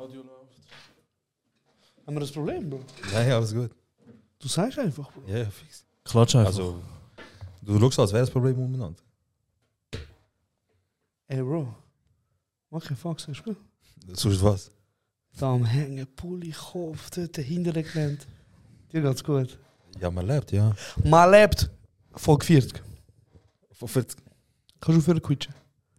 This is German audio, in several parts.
Radio läuft. Haben wir das Problem, Bro? Ja, alles gut. Du sagst einfach, Bro. Ja, fix. Klatsch einfach. Also, du schaust, als wäre das Problem umeinander. Ey, Bro. Mach keinen Fuck, sagst du? Sonst was? Da am Hängen, Pulli, Kopf, dort hinterher gelernt. Dir geht's gut. Ja, man lebt, ja. Man lebt. Folge 40. Von 40. Kannst du aufhören quitschen?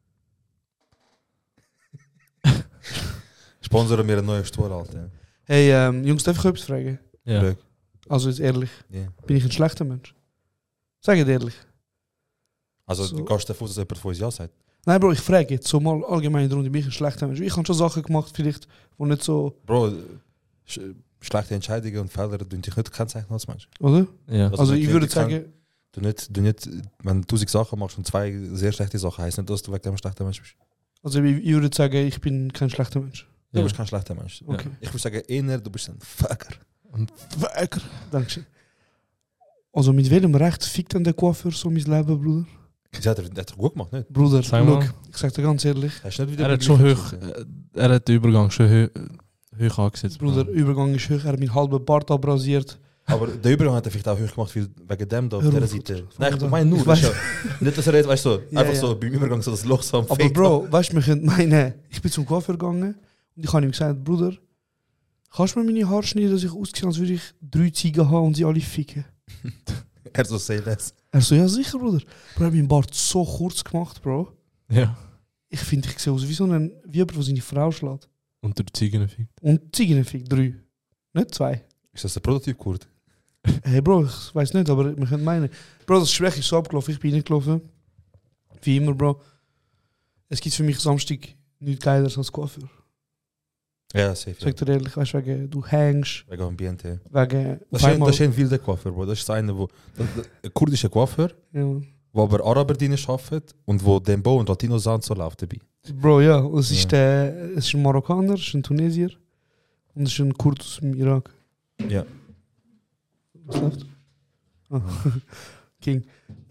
Sponsoren mir einen neuen Stuhl, Alter. Hey, Jungs, darf ich etwas fragen? Ja. Leuk. Also jetzt ehrlich. Ja. Bin ich ein schlechter Mensch? Sag es ehrlich. Also, So. du gehst davon, dass jemand von uns ja sagt. Nein, Bro, ich frage jetzt so mal allgemein in der Runde, bin ich ein schlechter Mensch? Ich habe schon Sachen gemacht, vielleicht, wo nicht so... Bro, schlechte Entscheidungen und Fehler tun dich nicht kennzeichnen als Mensch. Oder? Ja. Also ich nicht würde wirklich sagen... Du nicht, wenn du 1000 Sachen machst und 2 sehr schlechte Sachen, heisst nicht, dass du wegen dem ein schlechter Mensch bist. Also ich würde sagen, ich bin kein schlechter Mensch. Du Ja. bist kein schlechter Mensch. Okay. Ich würde sagen, eher, du bist ein Fucker. Fucker. Dankeschön. Also mit welchem Recht fickt denn der Coiffeur so mein Leben, Bruder? Sie hat er gut gemacht, nicht? Bruder, Sag mal. look, ich sag dir ganz ehrlich, Hast du nicht wieder Er hat die schon gleiche hoch, Geschichte? er hat den Übergang schon hoch angesetzt. Bruder, Übergang ist hoch, er hat meinen halben Bart abrasiert. Aber der Übergang hat er vielleicht auch hoch gemacht, weil wegen dem da auf Hör dieser auf, Seite. Bruder. Nein, ich meine nur, Ich weißt weiß. du, nicht, dass er jetzt, weißt du, so, Ja, einfach ja. so beim Übergang so das Loch so am Aber Fake Bro, weißt du, wir können meinen, ich bin zum Coiffeur gegangen und ich habe ihm gesagt, Bruder, kannst du mir meine Haare schneiden, dass ich aussehe, als würde ich 3 Ziegen haben und sie alle ficken? Er so say less. Er so, ja sicher, Bruder. Bro, er hat meinen Bart so kurz gemacht, Bro. Ja. Ich finde, ich sehe aus wie so ein, wie jemand, der seine Frau schlägt. Und der Ziegeneffekt. Und Ziegen fickt 3. Nicht 2. Ist das der Prototyp, Kurt? Hey Bro, ich weiß nicht, aber wir können meinen. Bro, das Gespräch ist so abgelaufen, ich bin reingelaufen. Wie immer, Bro. Es gibt für mich Samstag nichts Geileres als Coiffeur. Ja, safe. Ja. Sag dir ehrlich, weißt du, wegen du hängst, Wegen Ambiente. wegen... Das ist ein wilder Coiffeur, Bro. Das ist einer, wo... Ein kurdischer Coiffeur, Ja. der aber Araber drin arbeitet und wo Dembo und Latino Sound so läuft dabei. Bro, ja, es ist ein Marokkaner, es ist ein Tunesier und es ist ein Kurd aus dem Irak. Ja. Was läuft? Ah. King.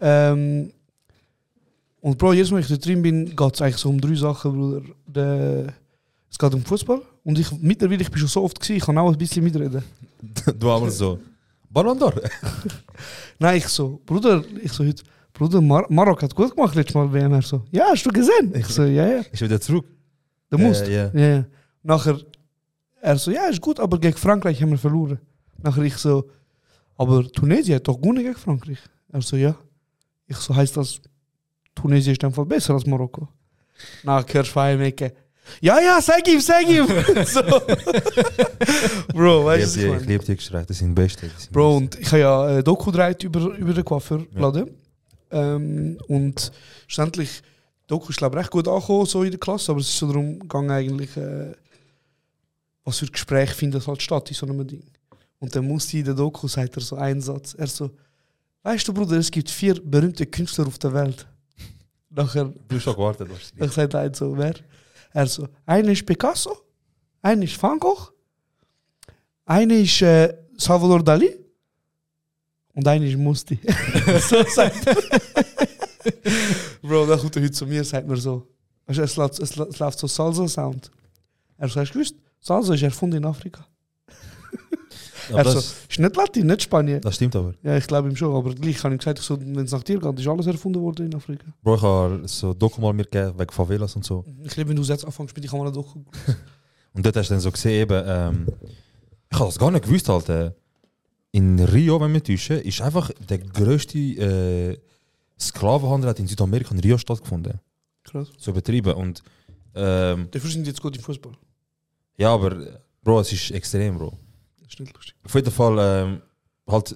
Und Bro, jedes Mal, wenn ich da drin bin, geht es eigentlich so um 3 Sachen, Bruder. Es geht um Fußball und mittlerweile, ich bin schon so oft gewesen, ich kann auch ein bisschen mitreden. Du aber so... Ballon d'Or. Nein, ich so heute, Bruder, Marokko hat gut gemacht letztes Mal WM. Er so, ja, hast du gesehen? Ich so, ja, ja. Ist wieder zurück. Du musst. Ja. Ja, ja. Nachher, er so, ja, ist gut, aber gegen Frankreich haben wir verloren. Nachher ich so, aber Tunesien hat doch gewonnen gegen Frankreich. Er so, ja. Ich so, heißt das, Tunesien ist einfach besser als Marokko. Nachher hörst du von Ecke, ja, sag ihm. So. Bro, weißt du, Ich liebe die Gespräche, das sind die Besten. Das sind Bro, die und ich habe ja Doku gedreht über den Coiffeur laden. Und schlussendlich, Doku ist glaube ich recht gut angekommen, so in der Klasse, aber es ist so darum gegangen eigentlich, was für Gespräche finden halt statt in so einem Ding. Und dann musste in der Doku, sagt er so einen Satz, er so, weißt du Bruder, es gibt 4 berühmte Künstler auf der Welt. Nachher, Du hast schon gewartet, was ich sagte ein so, wer? Er so, einer ist Picasso, einer ist Van Gogh, einer ist Salvador Dali und einer ist Musti. So sagt er. Bro, dann kommt er heute zu mir, sagt mir so, weißt du, es läuft so Salsa-Sound. Er so, hast du gewusst, Salsa ist erfunden in Afrika. Aber Er so, das, ist nicht Latin, nicht Spanien. das stimmt aber. Ja, ich glaube ihm schon, aber gleich habe ich gesagt, so, wenn es nach dir geht, ist alles erfunden worden in Afrika. Bro, ich habe so Doku mal mir gegeben, wegen Favelas und so. Ich liebe, wenn du jetzt anfängst mit, ich kann mal eine Doku. Und dort hast du dann so gesehen, eben, ich habe das gar nicht gewusst, Alter. In Rio, wenn wir täuschen, ist einfach der grösste Sklavenhandel hat in Südamerika in Rio stattgefunden. Krass. So übertrieben. Und Dafür sind die jetzt gut im Fußball. ja, aber Bro, es ist extrem, Bro. Das ist nicht lustig. Auf jeden Fall halt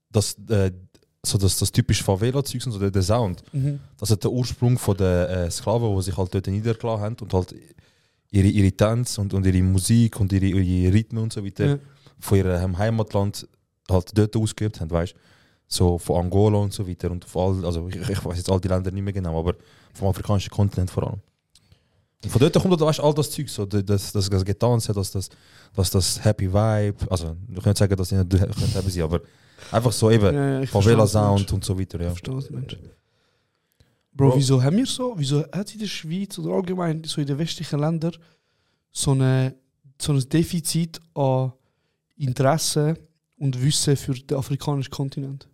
das typische Favela-Zeug und so, der Sound. Das hat der Ursprung von den Sklaven, die sich halt dort niedergelassen haben und halt ihre Tänze und ihre Musik und ihre Rhythmen und so weiter Ja. von ihrem Heimatland halt dort ausgeübt haben, weißt du? So von Angola und so weiter und von all, also ich weiß jetzt all die Länder nicht mehr genau, aber vom afrikanischen Kontinent vor allem. Und von dort kommt weißt, all das Zeug, so, das Getanze, das Happy Vibe, also ich kann nicht sagen, dass ich nicht happy sein, aber einfach so eben ich Favela verstehe, was du Sound und so weiter, ja. meinst. Ich verstehe, was du meinst. Bro, wieso haben wir so, wieso hat in der Schweiz oder allgemein so in den westlichen Ländern so eine so ein Defizit an Interesse und Wissen für den afrikanischen Kontinent.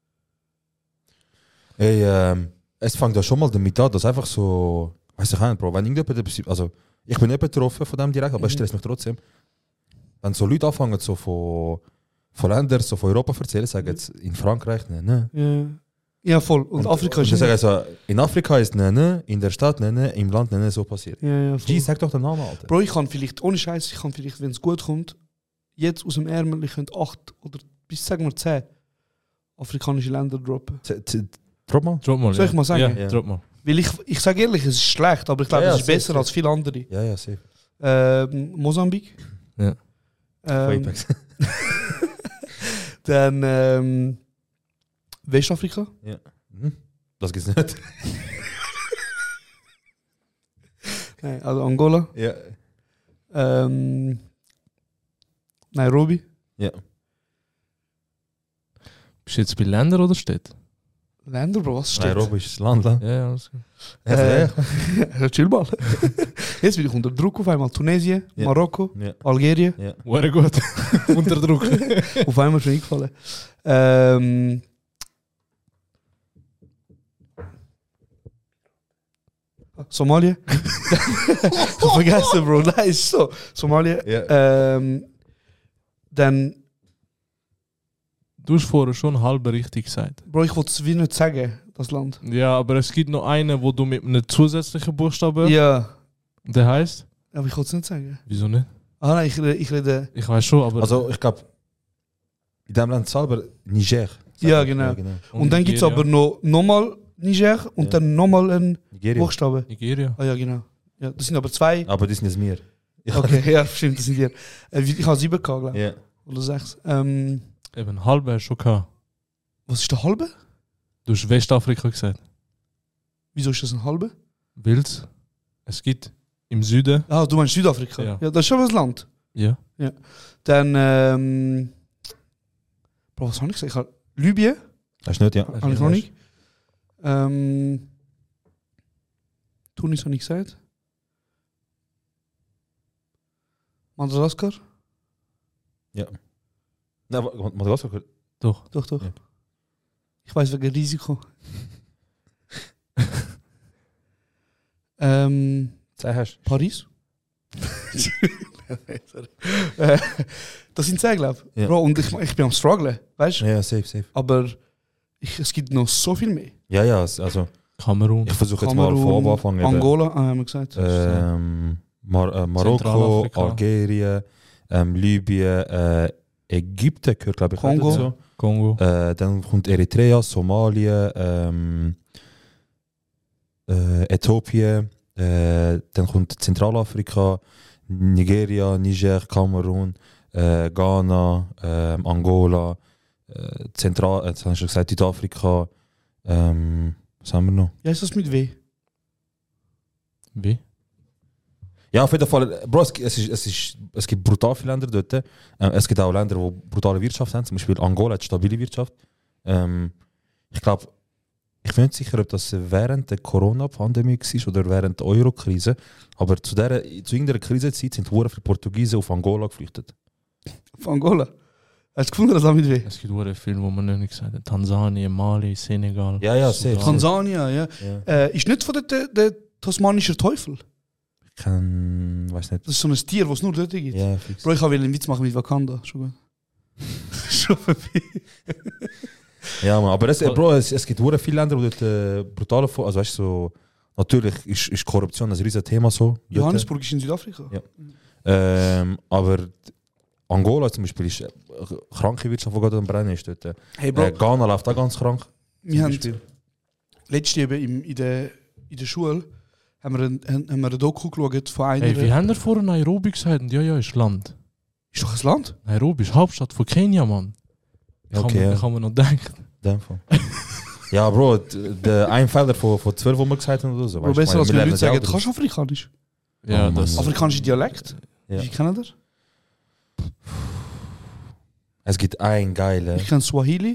Ey, es fängt ja schon mal damit an, dass einfach so, weiß ich nicht, Bro, wenn irgendjemand, also ich bin nicht betroffen von dem direkt, aber es stresst mich trotzdem. Wenn so Leute anfangen, so von Ländern, so von Europa erzählen, sagen jetzt in Frankreich, ne. Ja, voll. Und Afrika und ist sie sagen so, in Afrika ist ne, in der Stadt ne, im Land ne, so passiert. Ja, voll. G, sag doch den Namen, Alter. Bro, ich kann vielleicht, ohne Scheiß, ich kann vielleicht, wenn es gut kommt, jetzt aus dem Ärmel, ich könnte 8 oder bis, sagen wir 10 afrikanische Länder droppen. Drop mal. Drop mal. Soll ich mal sagen? Ja, Ja. drop mal. Weil ich sage ehrlich, es ist schlecht, aber ich glaube, Ja, es ist safe, besser safe. als viele andere. Ja, safe. Mosambik. Ja. Apex. Dann Westafrika. Ja. Das gibt's nicht. Nein, also Angola. Ja. Nairobi. Ja. Bist du jetzt bei Ländern oder Städten? Länder, Bro, was steht? Nairobi ist das Land, ne? Ja, alles gut. Ja, chill mal. Jetzt bin ich unter Druck auf einmal. Tunesien, Ja. Marokko, Ja. Algerien. Ja. Sehr gut. Unter Druck. Auf einmal schon eingefallen. Somalia. Ich hab vergessen, Bro. Nein, ist so. Somalia. Ja. Dann, Du hast vorher schon halb richtig gesagt. Bro, ich wollte es wie nicht sagen, das Land. Ja, aber es gibt noch einen, wo du mit einem zusätzlichen Buchstaben. Ja. Der heißt? Aber ich wollte es nicht sagen. Wieso nicht? Ah nein, ich rede. Ich weiß schon, aber. Also ich glaube, in dem Land selber Niger. Ja, genau. Und dann gibt es aber nochmal Niger und Ja. dann nochmal einen Nigeria. Buchstabe. Nigeria. Ah ja, genau. Ja, das sind aber 2. Aber das sind jetzt mir. Okay, ja, stimmt, das sind wir. Ich habe 7 gehabt, glaube ich. Ja. Oder 6. Eben, halbe hast du schon gehabt. Was ist der halbe? Du hast Westafrika gesagt. Wieso ist das ein halbe? Weil es gibt im Süden. Ah, du meinst Südafrika? Ja. Ja, das ist schon ein Land. Ja. Dann, Bro, was habe ich gesagt? Ich habe Libyen, Das ist nicht, ja. habe ich noch nicht. Tunis habe ich gesagt. Madagaskar? Nein, Madagaskar. Doch. Doch, doch. Ja. Ich weiß wegen Risiko. Zwei hast du. Paris? Das sind 10, glaube ich. Ja. Bro, und ich bin am strugglen, weißt du? Ja, safe. Aber es gibt noch so viel mehr. Ja, also Kamerun. ich versuche jetzt mal von oben anfangen. eben. Angola, haben wir gesagt. Marokko, Zentralafrika. Algerien, Libyen, Ägypten gehört glaube ich auch Kongo. dazu. Kongo. Dann kommt Eritrea, Somalia, Äthiopien, dann kommt Zentralafrika, Nigeria, Niger, Kamerun, Ghana, Angola, jetzt hast du gesagt Südafrika, was haben wir noch? Ja, ist das mit W? Wie? Ja, auf jeden Fall, Bro, es gibt brutal viele Länder dort. Es gibt auch Länder, die brutale Wirtschaft haben. Zum Beispiel Angola hat stabile Wirtschaft. Ich glaube, ich bin nicht sicher, ob das während der Corona-Pandemie war oder während der Euro-Krise. Aber zu irgendeiner Krisenzeit sind sehr viele Portugiesen auf Angola geflüchtet. Auf Angola? Hast du gefunden, das auch mit W? Es gibt sehr viele, wo man noch nicht gesagt hat. Tansanien, Mali, Senegal. Ja, Sudan. safe. Tansania, ja. Ja. Ist nicht von der tasmanischer Teufel. Ich weiß nicht. Das ist so ein Tier, das es nur dort gibt. Ja, fix. Bro, ich wollte einen Witz machen mit Wakanda. Schon gut. Schon vorbei. Ja, man, aber es gibt sehr viele Länder, die dort brutal, also weißt du, so, natürlich ist Korruption ein riesiges Thema so. dort. Johannesburg ist in Südafrika. Ja. Aber Angola zum Beispiel ist eine kranke Wirtschaft, die gerade am Brennen ist dort. Hey Bro, Ghana läuft auch ganz krank. wir haben Beispiel. letztes Jahr in der Schule haben wir eine Doku geschaut von einer. Hey, wie haben wir vorher Nairobi gesagt? Ja, ist Land. Ist doch ein Land? Nairobi ist Hauptstadt von Kenia, Mann. Okay, ja. Kann man noch denken. In dem Fall. Ja, Bro, der ein Fehler von 12, wo wir gesagt haben oder so. Bro, weißt du, besser ich als meine, wenn wir Leute sagen, lernen du kannst Afrikanisch. Ja, Oh, Mann. das. Afrikanische Dialekt? Ja. Wie kennt ihr? Es gibt einen geilen. Ich kenne Swahili.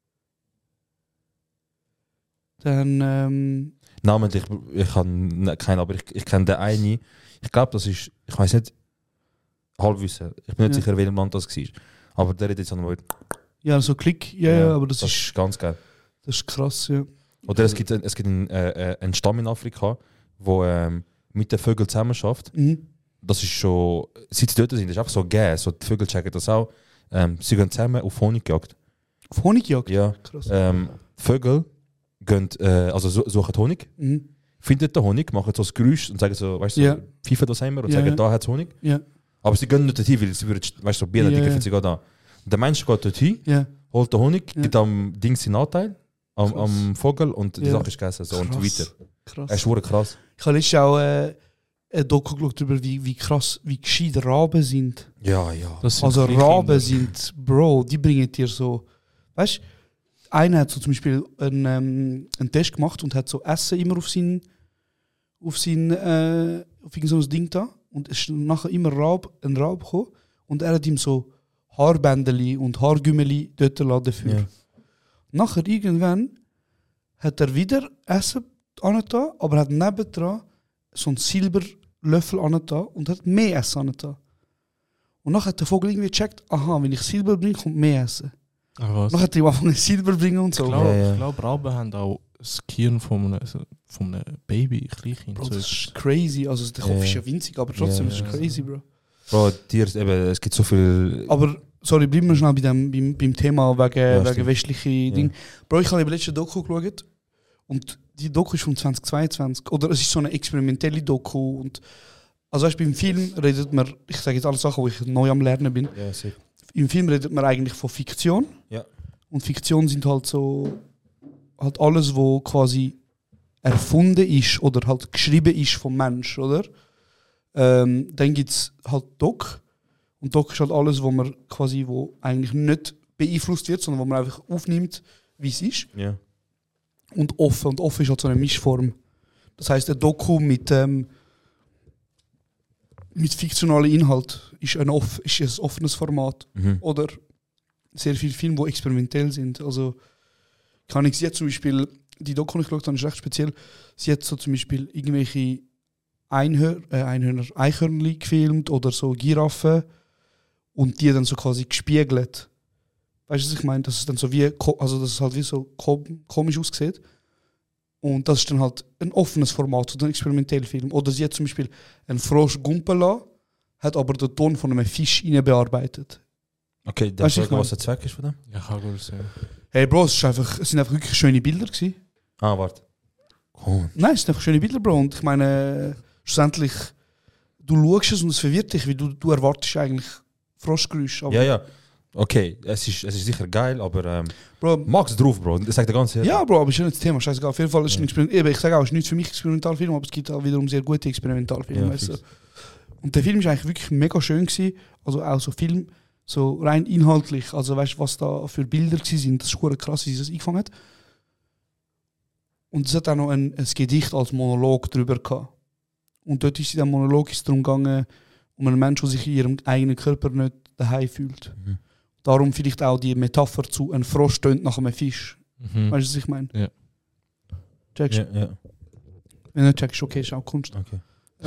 Dann, Namentlich, ich kann keinen, aber ich kenne den einen. Ich glaube, das ist, ich weiß nicht. Halbwissen. Ich bin nicht Ja. sicher, welchem Land das war. Aber der hat jetzt nochmal. Ja, so Klick, ja, aber das ist ganz geil. das ist krass, ja. Oder es gibt einen Stamm in Afrika, der mit den Vögeln zusammen schafft. Mhm. Das ist schon, seit sie dort sind, das ist einfach so geil. So, die Vögel checken das auch. Sie gehen zusammen auf Honigjagd. Auf Honigjagd? Ja. Krass. Vögel gehen, suchen Honig, Mhm. finden den Honig, machen so ein Geräusch und sagen so, weißt du, Ja. so, pfeifen das haben wir und Ja, sagen, ja. da hat es Honig. Ja, Aber sie gehen nicht dorthin, weil sie würden, weißt du, so Bienen, Ja, die ja. finden sie gerade da. Der Mensch geht dorthin, ja. holt den Honig, Ja. gibt am Ding seinen Anteil, Krass. am Vogel und die Ja. Sache ist gegessen. So, und Krass. weiter. Krass. Es ist verdammt krass. Ich habe letztens auch ein Doku geschaut darüber, wie krass, wie gescheit Raben sind. Ja, ja. Das sind Also Kleinkinder. Raben sind, Bro, die bringen dir so, weißt du, einer hat so zum Beispiel einen Test gemacht und hat so Essen immer auf irgend so ein Ding da und es ist nachher immer ein Rab gekommen und er hat ihm so Haarbändeli und Haargümmeli dort lassen dafür. Ja. Nachher irgendwann hat er wieder Essen angetan, aber hat nebendran so einen Silberlöffel angetan und hat mehr Essen angetan. Und nachher hat der Vogel irgendwie gecheckt, aha, wenn ich Silber bringe, kommt mehr Essen. Ach was. Nachher hat er ihm angefangen Silber bringen und so. Ja. Ich glaube, Raben haben auch das Gehirn von einem Baby, Kleinkind. Bro, So das etwas. ist crazy. Also der Kopf Ja. ist ja winzig, aber trotzdem Ja, ist es ja. crazy, Bro. Bro, es gibt so viel. Aber, sorry, bleiben wir schnell beim Thema wegen stimmt. westlichen Dingen. Bro, ich habe die letzte Doku geschaut und die Doku ist von 2022. Oder es ist so eine experimentelle Doku. Und, also weißt, beim Film redet man, ich sage jetzt alle Sachen, wo ich neu am Lernen bin. Ja, sicher. Im Film redet man eigentlich von Fiktion. Ja. Und Fiktion sind halt so, halt alles, wo quasi erfunden ist oder halt geschrieben ist vom Mensch, oder? Dann gibt es halt Doc. Und Doc ist halt alles, wo man quasi, wo eigentlich nicht beeinflusst wird, sondern wo man einfach aufnimmt, wie es ist. Ja. Und offen. Und offen ist halt so eine Mischform. Das heißt, ein Doku mit fiktionalem Inhalt ist ein offenes Format. Mhm. Oder sehr viele Filme, die experimentell sind. Also kann ich jetzt zum Beispiel, die Doku, die ich geschaut habe, ist recht speziell. Sie hat so zum Beispiel irgendwelche Eichhörnchen gefilmt oder so Giraffen und die dann so quasi gespiegelt. Weißt du, was ich meine? Dass es dann so wie, also dass es halt wie so komisch aussieht. Und das ist dann halt ein offenes Format, so ein experimenteller Film. Oder sie hat zum Beispiel einen Frosch gumpen lassen, hat aber den Ton von einem Fisch bearbeitet. Okay, der Weißt du, Frage, ich mein- was der Zweck ist von dem? Ja, kann gut sein. Hey Bro, es sind einfach wirklich schöne Bilder gewesen. Ah, warte. Cool. Nein, es sind einfach schöne Bilder, Bro. Und ich meine, schlussendlich, du schaust es und es verwirrt dich, weil du erwartest eigentlich Froschgeräusche. Aber Ja, ja. Okay, es ist sicher geil, aber Bro, mag's drauf, Bro. Das sagt der ganze ja, Bro, aber ist ja nicht das Thema. Scheißegal. Auf jeden Fall ist ein Experiment. Ich sage auch, es ist nicht für mich Experimentalfilm, aber es gibt auch wiederum sehr gute Experimentalfilme. Ja, weißt du. fix. Und der Film ist eigentlich wirklich mega schön gewesen. Also auch so Film, so rein inhaltlich. Also weißt du, was da für Bilder sind. Das ist super krass, wie sie das eingefangen hat. Und es hat auch noch ein Gedicht als Monolog drüber gehabt. Und dort ist in diesem Monolog ist es darum gegangen, um einen Menschen, der sich in ihrem eigenen Körper nicht daheim fühlt. Mhm. Darum vielleicht auch die Metapher zu ein Frosch tönt nach einem Fisch. Mhm. Weißt du, was ich meine? Ja. Checkst du? Ja, ja. Wenn du nicht checkst, okay, ist auch Kunst. Okay.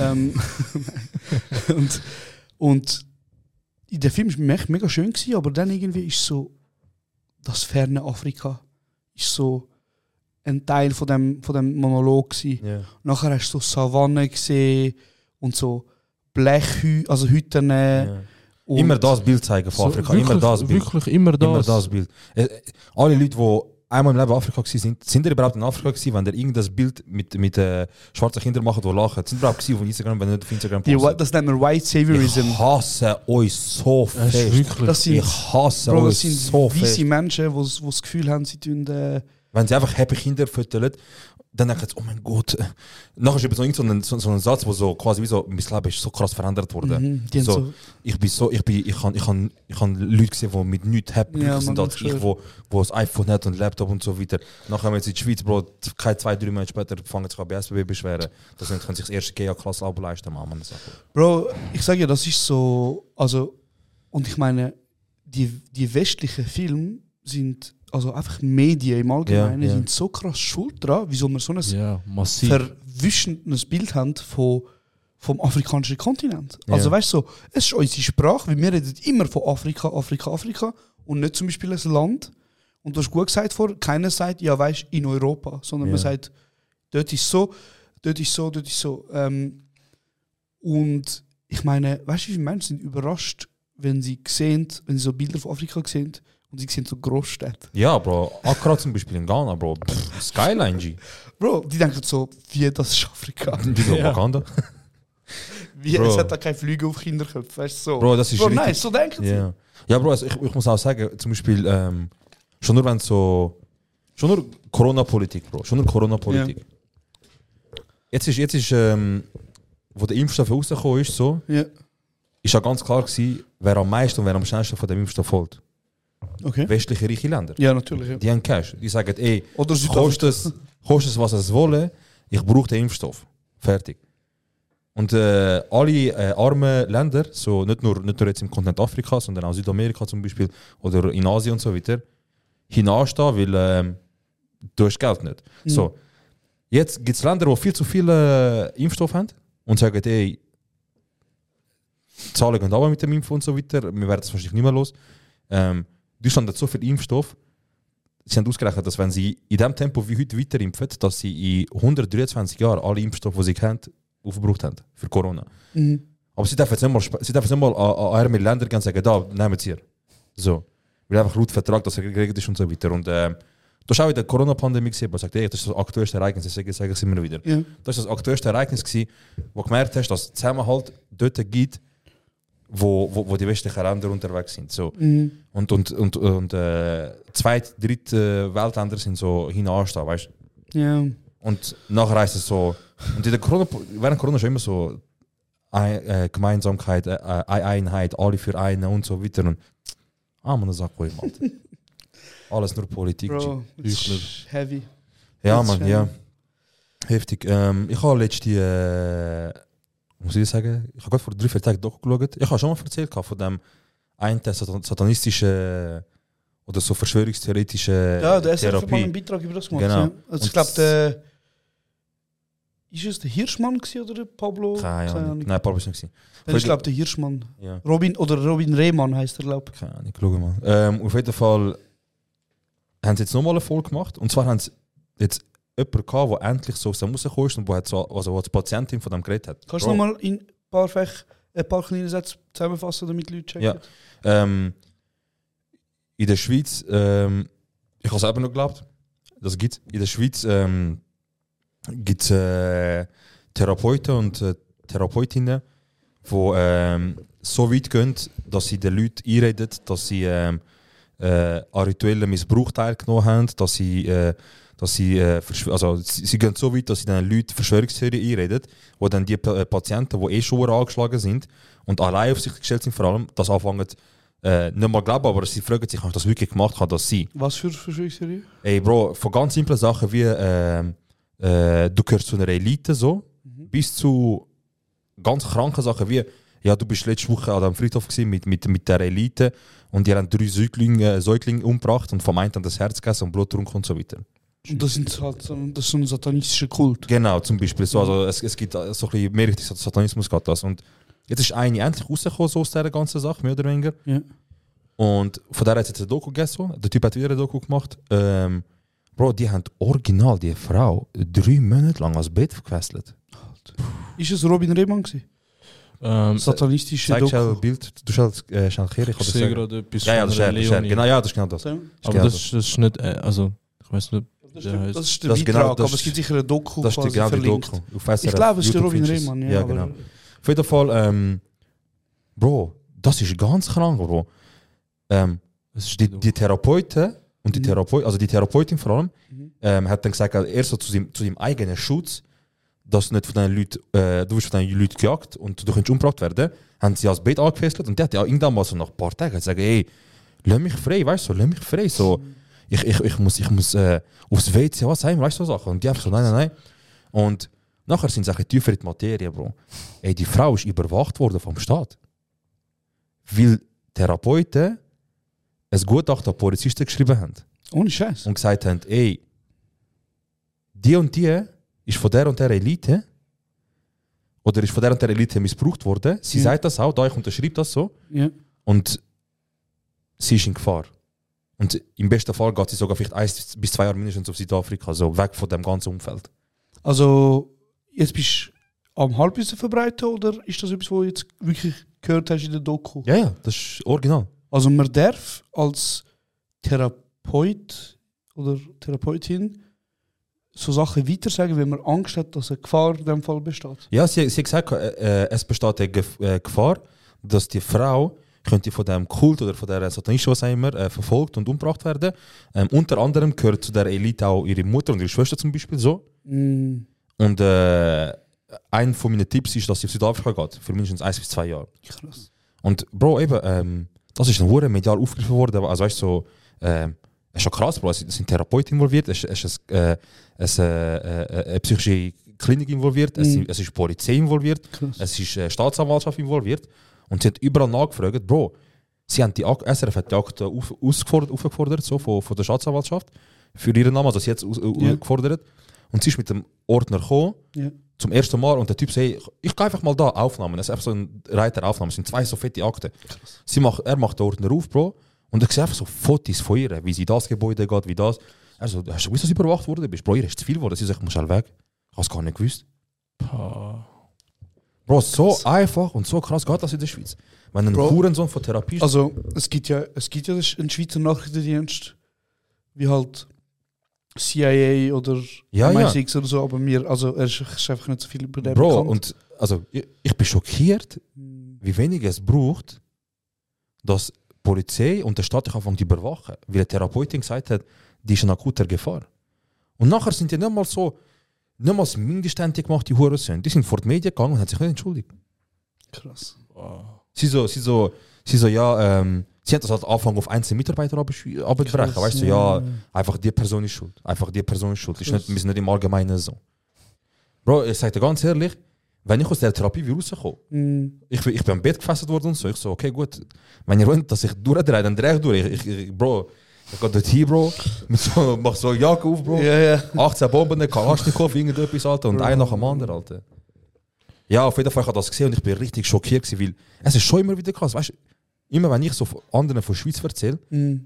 Und der Film war mega schön gewesen, aber dann irgendwie ist so das ferne Afrika ist so ein Teil von dem Monolog gewesen. Ja. Nachher hast du so Savannen gesehen und so Blechhütten, also Hütten. Ja. Und Immer das Bild zeigen von So, Afrika. wirklich, Immer das Bild. Wirklich immer das. Immer das Bild. Alle Leute, die einmal im Leben Afrika waren, sind überhaupt in Afrika gewesen, wenn der irgendein Bild mit schwarzen Kindern macht, die lachen? Sind überhaupt gewesen auf Instagram, wenn nicht auf Instagram posten? Das nennt man White Saviorism. Ich hasse euch so Das ist fest. wirklich. Das sind, Ich hasse Bro, euch das sind so weisse fest. Menschen, die das Gefühl haben, sie tun... Wenn sie einfach happy Kinder füttern, dann denken sie, oh mein Gott. Nachher ist so ein Satz, wo so quasi wie so, mein Leben ist so krass verändert worden. die haben So, ich habe Leute gesehen, die mit nichts happy Ja, sind man, als ich ich, wo ein iPhone hat und Laptop und so weiter. Nachher kommen wir jetzt in die Schweiz, Bro, keine 2-3 Monate später fangen sich an bei SBB beschweren. Das können sich das erste GA-Klasse-Abo leisten, Mann. Bro, ich sage ja, das ist so... Also, und ich meine, die westlichen Filme sind... Also einfach Medien im Allgemeinen Ja, ja. sind so krass schuld dran, wieso wir so ein Ja, massiv. verwischendes Bild haben von vom afrikanischen Kontinent. Also Ja. weißt du, so, es ist unsere Sprache, weil wir reden immer von Afrika und nicht zum Beispiel ein Land. Und du hast gut gesagt vor, keiner sagt, ja weißt in Europa, sondern man Ja. sagt, dort ist so, dort ist so, dort ist so. Und ich meine, weißt du, wie viele Menschen sind überrascht, wenn sie so Bilder von Afrika sehen und sie sehen so Großstädte. Ja, Bro. Accra zum Beispiel in Ghana, Bro. Pff, Skyline, G. Bro, die denken so, wie das ist Afrika. Die so Ja. Wakanda. Wie, Bro. es hat da keine Flüge auf Kinderköpfe, weißt du so. Bro, das ist Bro, richtig. nein, so denken sie. Ja, ja, Bro, also ich muss auch sagen, zum Beispiel, schon nur wenn so. Schon nur Corona-Politik, Bro. Schon nur Corona-Politik. Jetzt ist wo der Impfstoff rausgekommen ist, so, Ja. ist ja ganz klar gewesen, wer am meisten und wer am schnellsten von dem Impfstoff holt. Okay. Westliche reiche Länder. Ja, natürlich. Ja. Die haben Cash. Die sagen, ey, Oder kostet es, was es wolle, ich brauche den Impfstoff. Fertig. Und alle armen Länder, so nicht nur jetzt im Kontinent Afrika, sondern auch Südamerika zum Beispiel oder in Asien und so weiter, hinanstehen, weil du hast Geld nicht. So, jetzt gibt es Länder, die viel zu viel Impfstoff haben und sagen, ey, die Zahlen gehen aber mit dem Impfen und so weiter, wir werden es wahrscheinlich nicht mehr los. Deutschland hat so viel Impfstoff, sie haben ausgerechnet, dass wenn sie in dem Tempo wie heute weiter impfen, dass sie in 123 Jahren alle Impfstoffe, die sie kennen, aufgebraucht haben für Corona. Mhm. Aber sie dürfen jetzt nicht mal an ärmere Länder gehen und sagen, da, nehmen Sie hier. So. Weil einfach laut Vertrag, dass er geregelt ist und so weiter. Und du hast auch in der Corona-Pandemie gesehen, wo sagt, ey, das ist das aktuellste Ereignis, das sage ich immer wieder. Ja. Das ist das aktuellste Ereignis gewesen, wo du gemerkt hast, dass es Zusammenhalt dort gibt, wo die westlichen Länder unterwegs sind. So. Und zweite, dritte Weltländer sind so hinanstehen, weißt du? Ja. Und nachher heisst es so, und in der Corona, während Corona schon immer so Gemeinsamkeit, Einheit, alle für einen und so weiter. Und man sagt, wo jemand. Alles nur Politik. Bro, das Heuchler. ist heavy. Ja, das ist Mann, ja. Heftig. Ich habe letzte, muss ich sagen, ich habe gerade vor 3-4 Tagen durchgeschaut. Ich habe schon mal erzählt von dem einen satanistischen oder so verschwörungstheoretischen Ja, der SRF hat mal Therapie. einen Beitrag über das gemacht. Genau. Ja. Also Und ich glaube, der. Ist es der Hirschmann gewesen oder der Pablo? Keine Ahnung. Nein, Pablo ist nicht. Dann ist, glaube der Hirschmann. Ja. Robin Rehmann heißt er, glaube ich. Keine Ahnung, schau mal. Auf jeden Fall haben sie jetzt nochmal eine Folge gemacht. Und zwar haben sie jetzt jemanden gehabt, der endlich so aus dem rausgekommen ist und wo als Patientin von dem geredet hat. Kannst du Bro. nochmal in ein paar kleine Sätze zusammenfassen, damit die Leute checken? Ja. In der Schweiz, ich habe es selber noch geglaubt, das gibt in der Schweiz gibt es Therapeuten und Therapeutinnen, die so weit gehen, dass sie den Leuten einreden, dass sie an rituellen Missbrauch teilgenommen haben, dass sie sie gehen so weit, dass sie den Leuten Verschwörungstheorien einreden, wo dann die Patienten, die schon angeschlagen sind und allein auf sich gestellt sind, vor allem, das anfangen nicht mal glauben, aber sie fragen sich, habe ich das wirklich gemacht, kann das sein? Was für Verschwörungstheorie? Ey Bro, von ganz simplen Sachen wie du gehörst zu einer Elite so, bis zu ganz kranken Sachen wie ja, du bist letzte Woche an einem Friedhof gewesen mit der Elite und die haben 3 Säuglinge umgebracht und vom einen das Herz gegessen und Blut getrunken und so weiter. Und das ist so ein satanistischer Kult. Genau, zum Beispiel. So, also es gibt so ein bisschen mehr Richtung Satanismus geht das. Und jetzt ist eine endlich rausgekommen so aus dieser ganzen Sache, mehr oder weniger. Ja. Und von der hat es jetzt ein Doku gegeben. Der Typ hat wieder ein Doku gemacht. Bro, die haben original die Frau 3 Monate lang als Bett gefesselt. Ist es Robin Rehmann gewesen? Satanistische Zeig schnell Doku. ein Bild. Du schnell kehren, ich Ich sehe gerade etwas Ja, das ist er, Leonie. genau, ja, das ist genau das. Ja. Aber das ist nicht, also, ich weiß nicht, Das der heißt. ist der Das ist Beitrag, genau- das aber es gibt sicher eine Doku Das ist quasi genau die verlinkt. Doku. Auf SRF, Ich glaube, es ist der YouTube Robin findest du es. Rehmann. Ja, aber- genau. Auf jeden Fall, Bro, das ist ganz krank, Bro. Das ist Die Therapeuten und die Mhm. also die Therapeutin vor allem, Mhm. hat dann gesagt, er so zu seinem eigenen Schutz, dass du nicht von den Leuten, du wirst von den Leuten gejagt und du könntest umgebracht werden, haben sie als Bett angefesselt und der hat ja irgendwann mal so nach ein paar Tagen gesagt, ey, lass mich frei, weißt du, lass mich frei, so, ich muss aufs WC, was sagen, weißt du, so Sachen. Und die einfach so, nein. Und nachher sind sie ein bisschen tiefer in die Materie, Bro. Ey, die Frau ist überwacht worden vom Staat. Weil Therapeuten ein Gutachten an Polizisten geschrieben haben Ohne Scheiß. und gesagt haben, ey, die und die ist von der und der Elite oder ist von der und der Elite missbraucht worden. Sie Ja. sagt das auch, da ich unterschreibe das so. Ja. Und sie ist in Gefahr. Und im besten Fall geht sie sogar vielleicht 1 bis 2 Jahre mindestens auf Südafrika, also weg von dem ganzen Umfeld. Also, jetzt bist du am Halbwissen verbreiten oder ist das etwas, was du jetzt wirklich gehört hast in der Doku? Ja, ja, das ist original. Also, man darf als Therapeut oder Therapeutin so Sachen weitersagen, wenn man Angst hat, dass eine Gefahr in diesem Fall besteht. Ja, sie hat gesagt, es besteht eine Gefahr, dass die Frau könnte von dem Kult oder von der Satanisten, was auch immer, verfolgt und umgebracht werden. Unter anderem gehört zu der Elite auch ihre Mutter und ihre Schwester zum Beispiel so. Mm. Und ein von meinen Tipps ist, dass sie auf Südafrika geht, für mindestens 1 bis 2 Jahre. Krass. Und Bro, eben, das ist ein hure medial aufgegriffen worden. Also weißt du, so, es ist schon krass, Bro, es sind Therapeuten involviert, es ist eine psychische Klinik involviert, es ist Polizei involviert, Krass. es ist Staatsanwaltschaft involviert. Und sie hat überall nachgefragt, Bro, sie haben die SRF hat die Akte aufgefordert so, von der Staatsanwaltschaft für ihren Namen, also sie hat es gefordert. Und sie ist mit dem Ordner gekommen, Ja. zum ersten Mal, und der Typ sagt, ich gehe einfach mal da Aufnahmen. Das ist einfach so ein Reiter Aufnahmen, es sind 2 so fette Akten. Er macht den Ordner auf, Bro, und er sieht einfach so Fotos von ihr, wie sie das Gebäude geht, wie das. Er so, hast du gewusst, dass du überwacht worden bist? Bro, ihr ist zu viel geworden. Sie sagt, ich muss schnell weg. Ich habe es gar nicht gewusst. Bro, so einfach und so krass geht das in der Schweiz. Wenn ein Bro. Hurensohn von Therapie ist, Also, es gibt ja einen Schweizer Nachrichtendienst, wie halt CIA oder Ja, MI6 oder so, aber also er ist einfach nicht so viel über den Bro, bekannt. und also, ich bin schockiert, wie wenig es braucht, dass die Polizei und der Staat anfangen zu überwachen. Weil eine Therapeutin gesagt hat, die ist in akuter Gefahr. Und nachher sind die nicht mal so, nicht mal mindeständig gemacht, die Hurensöhne. Die sind vor die Medien gegangen und haben sich nicht entschuldigt. Krass. Sie so, ja, sie hat das halt angefangen auf einzelne Mitarbeiter abzubrechen. Weißt du, ja, einfach die Person ist schuld. Einfach die Person ist schuld. Ist nicht, wir sind nicht im Allgemeinen so. Bro, ich sage dir ganz ehrlich, wenn ich aus der Therapie wieder rauskomme, ich bin am Bett gefesselt worden und so, ich so, okay, gut, wenn ihr wollt, dass ich durchdrehe, dann drehe ich durch. Bro, ich gehe dort hin, Bro, mach so eine Jacke auf, Bro. Ja, ja. 18 Bomben, Kalaschnikow, irgendetwas, Alter, und ein nach dem anderen, Alter. Ja, auf jeden Fall, ich habe das gesehen und ich bin richtig schockiert gewesen, weil es ist schon immer wieder krass, weißt du, immer wenn ich so anderen von der Schweiz erzähle,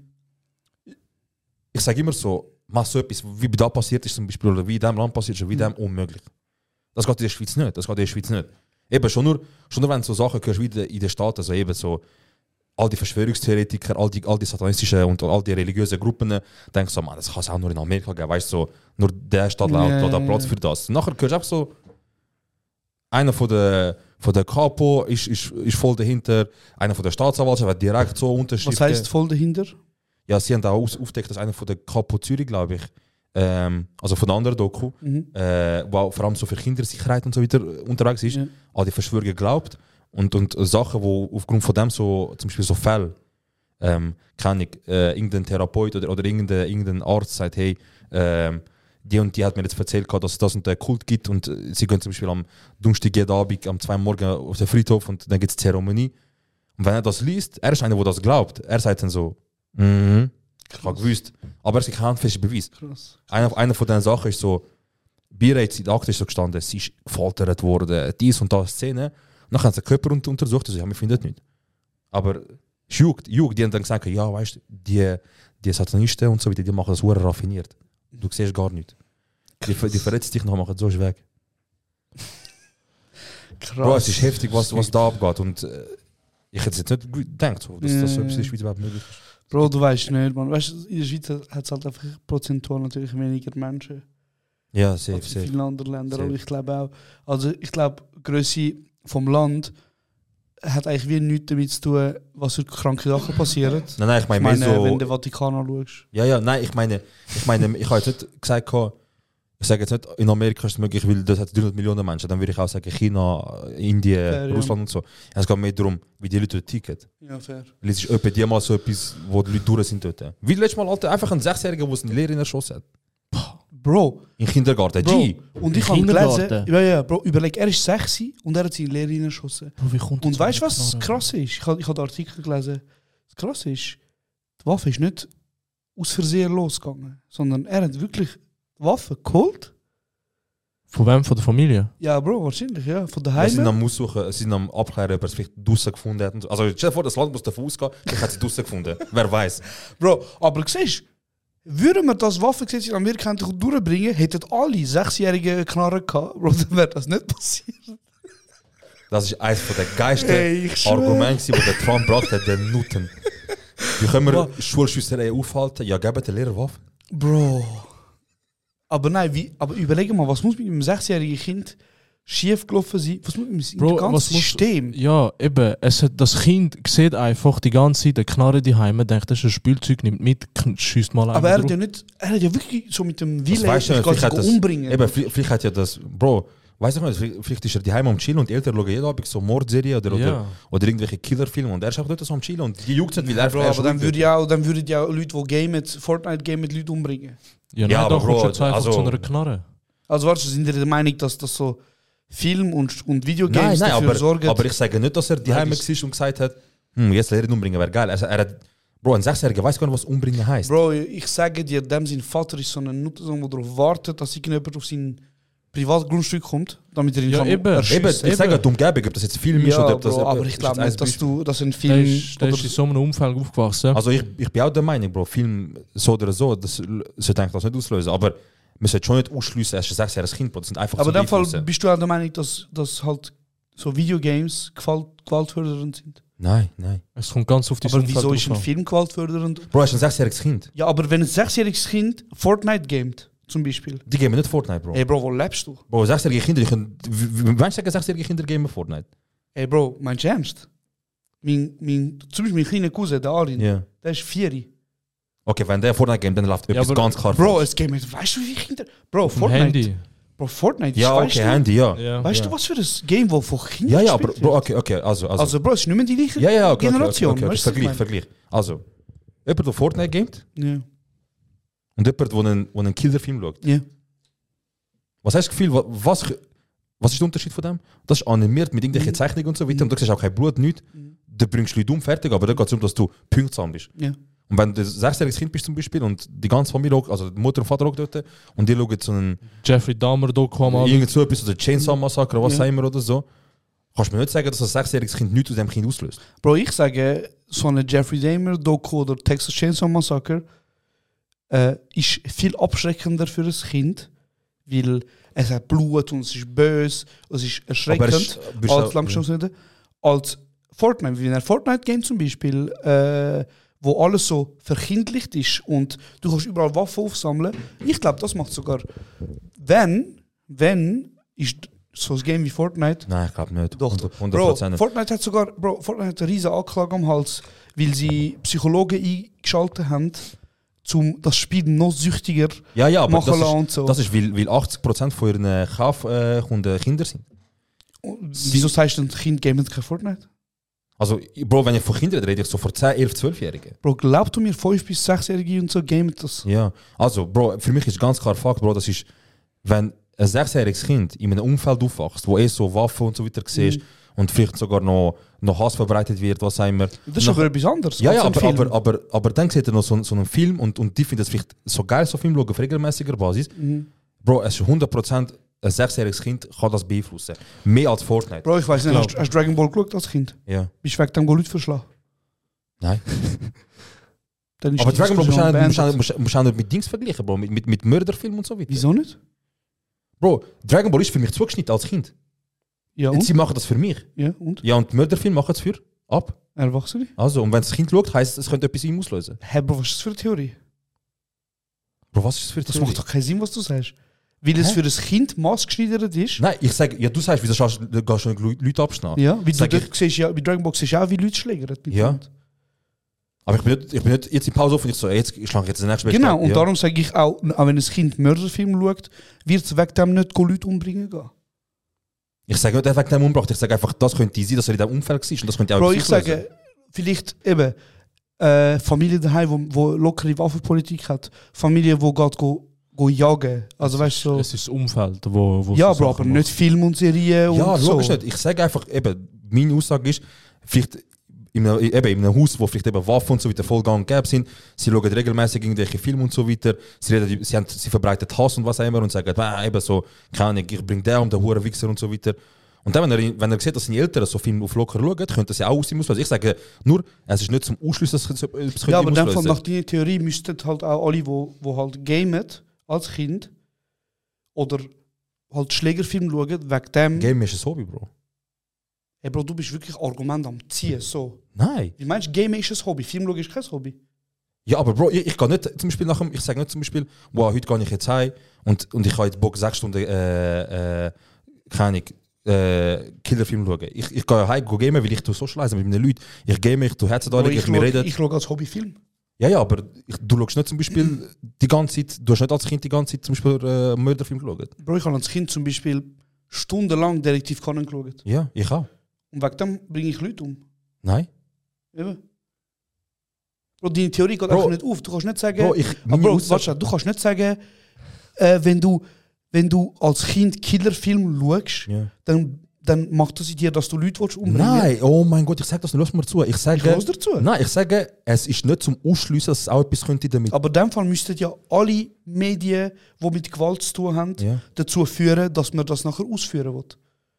ich sage immer so, mach so etwas, wie da passiert ist zum Beispiel, oder wie in diesem Land passiert ist, oder wie in dem unmöglich. Das geht in der Schweiz nicht, Eben, schon nur wenn du so Sachen hörst wie in den Staaten, also eben so, all die Verschwörungstheoretiker, all die satanistischen und all die religiösen Gruppen, denken so, man, das kann es auch nur in Amerika geben, weißt du, so, nur der Staat hat da Platz für das. Nachher hörst du einfach so, einer von der Capo ist voll dahinter, einer von der Staatsanwaltschaft hat direkt so Unterschriften. Was heisst voll dahinter? Ja, sie haben auch aufgedeckt, dass einer von der Capo Zürich, glaube ich, also von der anderen Doku, wo vor allem so für Kindersicherheit und so weiter unterwegs ist, an die Verschwörungen glaubt und Sachen, wo aufgrund von dem so, zum Beispiel so Fälle, kann ich, irgendein Therapeut oder irgendein Arzt sagt, hey, die und die hat mir jetzt erzählt, dass es das und der Kult gibt und sie gehen zum Beispiel am Donnerstag jeden Abend am 2 Uhr morgen auf den Friedhof und dann gibt es Zeremonie. Und wenn er das liest, er ist einer, der das glaubt, er sagt dann so, ich habe gewusst. Aber es ist kein handfester Beweis. Krass. Einer von diesen Sachen ist so, bereits in der Akte ist so gestanden, sie ist gefoltert worden, dies und das Szene. Und dann haben sie den Körper untersucht und so, ja, wir finden das nicht. Aber es juckt, die haben dann gesagt, ja, weißt du, die Satanisten und so weiter, die machen das sehr raffiniert. Du siehst gar nichts. Die verletzt dich noch, machen so weg. Krass. Bro, es ist heftig, was da abgeht. Und ich hätte jetzt nicht gedacht, so, dass das so etwas in der Schweiz überhaupt möglich ist. Bro, du weißt nicht, man. Weißt du, in der Schweiz hat es halt einfach prozentual natürlich weniger Menschen Ja, als safe, in safe. vielen anderen Ländern. Safe. Aber ich glaube auch, also ich glaube, die Grösse vom Land hat eigentlich wie nichts damit zu tun, was für kranke Sachen passieren. Nein, ich meine mehr so... wenn du den Vatikan anschaust. Ja, nein, ich meine, ich habe jetzt nicht gesagt, ich sage jetzt nicht, in Amerika ist es möglich, weil dort hat 300 Millionen Menschen, dann würde ich auch sagen China, Indien, Fair, Russland und so. Es geht mehr darum, wie die Leute dort ticken. Ja, fair. Weil es ist etwa die mal so etwas, wo die Leute durch sind dort. Wie letztes Mal, Alter, einfach ein 6-Jähriger, der seine Lehrerin erschossen hat. Bro, Im Kindergarten, Bro. G. Und ich Im habe gelesen, Kindergarten? ja, Bro, überleg, er ist 6 und er hat seine Lehrerin erschossen. Bro, wie kommt Und weißt du, was krass ist? Ich habe den Artikel gelesen. Das krass ist, die Waffe ist nicht aus Versehen losgegangen, sondern er hat wirklich die Waffe geholt, Von wem? Von der Familie? Ja, Bro, wahrscheinlich, ja. Von Sie daheim. sind am Aussuchen, sie sind am Abklären, ob er es vielleicht draussen gefunden hat. Und so. Also stell dir vor, das Land muss davon ausgehen, vielleicht hat sie draussen gefunden. Wer weiß. Bro, aber siehst du, würden wir das Waffengesetz in Amerika endlich durchbringen, hätten alle 6-jährige Knarren gehabt, Bro, dann wäre das nicht passiert. Das ist eines der geilsten Ey, ich schwör. Argumente, die der Trump gebracht hat, den Nutten. Wie können wir Schulschüsserei aufhalten? Ja, geben den Lehrer Waffen. Bro. Aber nein, aber überleg mal, was muss mit einem 6-jährigen Kind schief gelaufen sein? Was muss mit dem ganzen System? Ja, eben. Das Kind sieht einfach die ganze Zeit eine Knarre daheim, denkt, das ist ein Spielzeug, nimmt mit, schießt mal Aber einen er hat ja wirklich so mit dem Das Willen, weißt du nicht, vielleicht hat das, umbringen. eben, vielleicht hat ja das, Bro, weiss ich nicht, vielleicht ist er daheim am Chillen und die Eltern schauen jeden Abend so Mordserie oder irgendwelche Killerfilme und er ist einfach dort so am Chillen und die juckt nicht, weil er Bro, aber dann würden ja auch Leute, die gamen, Fortnite gamen, Leute umbringen. Ja, Ja, aber doch, Bro, jetzt einfach also- zu einer Knarre. Also warte, sind ihr der Meinung, dass das so Film und Videogames Nein, dafür sorgen? aber ich sage nicht, dass er daheim war und gesagt hat, jetzt Lehrer umbringen wäre geil. Also er hat, Bro, ein 6-Jähriger weiß gar nicht, was umbringen heisst. Bro, ich sage dir, dem sein Vater ist so ein Nuttersohn, der darauf wartet, dass irgendjemand auf sein Privatgrundstück kommt, damit er ihn Ja, kann eben. erschiessen. Eben, ich sage die Umgebung, ob das jetzt Film ist Ja, oder ob das... Bro, ob aber das ich ist glaube jetzt nicht, ein dass ein Der Film... ist in so einem Umfeld aufgewachsen. Also ich bin auch der Meinung, Bro, Film so oder so, das sollte eigentlich das nicht auslösen, aber man sollte schon nicht ausschliessen, er ist ein 6-jähriges Kind, Bro, das sind einfach aber in so dem Fall Einflüsse. bist du auch der Meinung, dass halt so Videogames gewaltfördernd sind. Nein. Es kommt ganz auf die Aber wieso ist ein Film gewaltfördernd? Bro, er ist ein 6-jähriges Kind. Ja, aber wenn ein 6-jähriges Kind Fortnite gamet, zum Beispiel. Die gamen nicht Fortnite, Bro. Ey Bro, wo lebst du? Bro, 6-jährige Kinder, die können... Meinst du, 6-jährige Kinder gamen Fortnite? Ey Bro, meinst du ernst? Zum Beispiel mein kleiner Cousin, der Arin, Ja. der ist 4. Okay, wenn der Fortnite gamet, dann läuft etwas aber- ganz klar Bro, falsch. es gamen, weißt du wie viele Kinder? Bro, Vom Fortnite. Handy. Bro, Fortnite Ja, weißt okay, du? Handy, ja. Ja. Weißt du, was für ein Game, das von Kindern Ja, aber gespielt Bro, wird? okay, also. Also Bro, es ist nicht mehr die gleiche Ja, okay, Generation. okay, weißt du, was ich Vergleich. Also, jemand, der Fortnite gamet meine? und jemand, der einen Killerfilm schaut. Ja. Was hast du das Gefühl, was ist der Unterschied von dem? Das ist animiert mit irgendwelchen Zeichnungen und so weiter und du siehst auch kein Blut, nichts. Du bringst Leute um, fertig, aber da geht es darum, dass du pünktlich bist. Ja. Und wenn du ein 6-jähriges Kind bist zum Beispiel und die ganze Familie, also die Mutter und Vater auch dort und die schauen so einen Jeffrey Dahmer-Doku am Abend. irgend so etwas oder Chainsaw-Massaker oder was Ja. auch immer oder so, kannst du mir nicht sagen, dass ein 6-jähriges Kind nichts aus dem Kind auslöst. Bro, ich sage, so eine Jeffrey Dahmer-Doku oder Texas Chainsaw Massacre ist viel abschreckender für ein Kind, weil es hat Blut und es ist böse, es ist erschreckend, als Fortnite. Wie in einem Fortnite-Game zum Beispiel, wo alles so verkindlicht ist und du kannst überall Waffen aufsammeln. Ich glaube, das macht sogar, wenn ist so ein Game wie Fortnite. Nein, ich glaube nicht. Doch, 100%. Bro, Fortnite hat eine riesige Anklage am Hals, weil sie Psychologen eingeschaltet haben, um das Spiel noch süchtiger Ja, aber machen das lassen ist, und so. das ist, weil 80% von ihren Kaufkunden Kinder sind. Wieso sagst du, ein Kind gamet kein Fortnite? Also, Bro, wenn ich von Kindern rede, ich so vor 10, 11, 12-Jährigen. Bro, glaubst du mir, 5- bis 6-Jährige und so gamen das? Ja, also, Bro, für mich ist ganz klar Fakt, Bro, das ist, wenn ein 6-jähriges Kind in einem Umfeld aufwächst, wo so Waffen und so weiter siehst und vielleicht sogar noch Hass verbreitet wird, was auch immer. Das ist aber etwas anderes. Ja, als ja, ein Film. aber dann sieht er noch so einen Film und die finden das vielleicht so geil, so Film schauen auf regelmäßiger Basis. Mhm. Bro, es ist 100% ein 6-jähriges Kind kann das beeinflussen. Mehr als Fortnite. Bro, ich weiß nicht, glaub- hast du Dragon Ball geschaut als Kind? Ja. Bist du weg, dann Leute verschlagen? Nein. Dann ist Aber die Dragon Ball Diskussion beendet. musst du auch nicht mit Dings vergleichen, Bro. Mit Mörderfilmen und so weiter. Wieso nicht? Bro, Dragon Ball ist für mich zugeschnitten als Kind. Ja, Und und? sie machen das für mich. Ja, und? Ja, und Mörderfilm machen es für ab. Erwachsene? Also, und wenn das Kind schaut, heisst es könnte etwas in ihm auslösen. Hä, Bro, was ist das für eine Theorie? Bro, was ist das für eine Das Theorie? macht doch keinen Sinn, was du sagst. Weil es Hä? für ein Kind maßgeschneidert ist. Nein, ich sage, ja, du sagst, wieso gehst du Leute abschneiden? Ja, weil du Sag dort siehst, ja, bei Dragon Ball siehst du auch, wie Leute schlägern. Ja. Aber ich bin nicht jetzt in Pause auf und ich so, jetzt schlage ich jetzt den nächsten Genau, Weg. und Ja. darum sage ich auch wenn ein Kind Mörderfilm schaut, wird es wegen dem nicht Leute umbringen gehen. Ich sage nicht, er hat wegen dem umgebracht. Ich sage einfach, das könnte sein, dass er in diesem Umfeld war. Und das könnte auch Bro, etwas ich sage, vielleicht eben Familie daheim, wo lockere Waffenpolitik hat, Familie, wo geht go jagen. Also weißt du so. Es ist das Umfeld, wo Ja, so Bro, Sachen aber nicht Film und Serien Ja, und so. logisch nicht. Ich sage einfach, eben, meine Aussage ist, vielleicht in einem Haus, wo vielleicht eben Waffen und so weiter voll gang und gäbe sind. Sie schauen regelmäßig irgendwelche Filme und so weiter. Sie verbreiten Hass und was auch immer und sagen, eben so, keine Ahnung, ich bringe den um, den huren Wichser und so weiter. Und dann, wenn er sieht, dass seine Eltern so Filme auf locker schauen, könnte das ja auch aus ihm auslösen. Ich sage nur, es ist nicht zum Ausschluss, dass es etwas Ja, aber auslösen dann nach deiner Theorie müssten halt auch alle, die halt gamen als Kind oder halt Schlägerfilm schauen, wegen dem... Game ist ein Hobby, Bro. Hey Bro, du bist wirklich Argument am Ziehen, so. Nein. Wie meinst du, Game ist ein Hobby, Film schauen ist kein Hobby? Ja, aber Bro, ich gehe nicht zum Beispiel ich sage nicht zum Beispiel, wow, heute gehe ich jetzt heim und ich habe jetzt Bock 6 Stunden, keine Ahnung, Killerfilm schauen. Ich gehe heim, gamen, weil ich socialise mit meinen Leuten. Ich game, ich tue Herzen anlegen, wir reden. Ich schaue als Hobbyfilm. Ja, aber du schaust nicht zum Beispiel die ganze Zeit, du hast nicht als Kind die ganze Zeit zum Beispiel Mörderfilm geschaut. Bro, ich habe als Kind zum Beispiel stundenlang Detektiv Conan geschaut. Ja, ich auch. Und wegen dem bringe ich Leute um. Nein. Eben. Bro, deine Theorie geht Bro, einfach nicht auf. Du kannst nicht sagen... Bro, warte, du kannst nicht sagen, wenn du als Kind Killerfilm schaust, Ja. dann macht das in dir, dass du Leute umbringen willst. Nein, oh mein Gott, ich sage das nicht, lass mir zu. Ich Ich höre dazu. Nein, ich sage, es ist nicht zum Ausschliessen, dass es auch etwas könnte damit. Aber in dem Fall müssten ja alle Medien, die mit Gewalt zu tun haben, Ja. dazu führen, dass man das nachher ausführen will.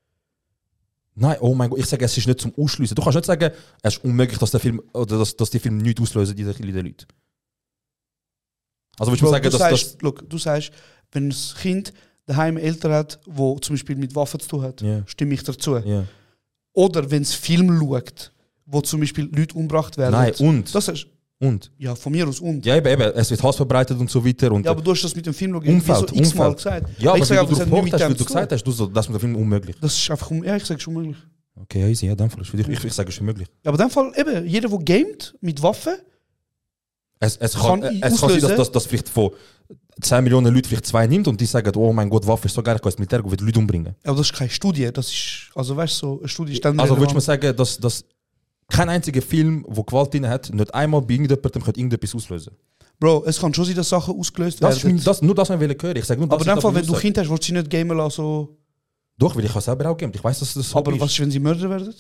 Nein, oh mein Gott, ich sage, es ist nicht zum Ausschliessen. Du kannst nicht sagen, es ist unmöglich, dass der Film oder dass die Film nichts auslösen, diese Leute. Also willst du Bro, sagen, du dass sagst, das. look, du sagst, wenn das Kind daheim Eltern hat, wo zum Beispiel mit Waffen zu tun hat, Ja. stimme ich dazu. Ja. Oder wenn es Film schaut, wo zum Beispiel Leute umgebracht werden. Nein, und. Das heißt, Und. ja, von mir aus und. Ja, eben, es wird Hass verbreitet und so weiter. Und Ja, aber du hast das mit dem Film Umfeld, so x-mal Umfeld. gesagt. ja, aber ich wie sage du einfach, das darauf hat nichts gepocht mit hast, dem wie du zu tun. gesagt hast, das mit dem Film unmöglich. Das ist einfach, ja, ich sage schon unmöglich. Okay, easy, ja, in dem Fall ist für dich. Ich sage, es ist unmöglich. Ja, aber in dem Fall, eben, jeder, der gamet mit Waffen, Es Kann kann ich sein, auslösen? dass das vielleicht von 10 Millionen Leuten vielleicht 2 nimmt und die sagen, oh mein Gott, Waffe ist so geil, ich kann ins Militär gehen, will Leute umbringen. aber das ist keine Studie, das ist, also weißt du, so, eine Studie ist dann Also würdest du mir relevant. sagen, dass kein einziger Film, der Gewalt drin hat, nicht einmal bei irgendjemandem könnte irgendetwas auslösen? Bro, es kann schon sein, dass Sachen ausgelöst Das ist werden. nur das, was ich hören. Ich sage nur, Aber das in dem ist Fall, das, wenn was du ich Kind hast, willst du sie nicht gamen lassen, so. Doch, weil ich kann selber auch geben. Ich weiß, dass das so Aber ist. was ist, wenn sie Mörder werden?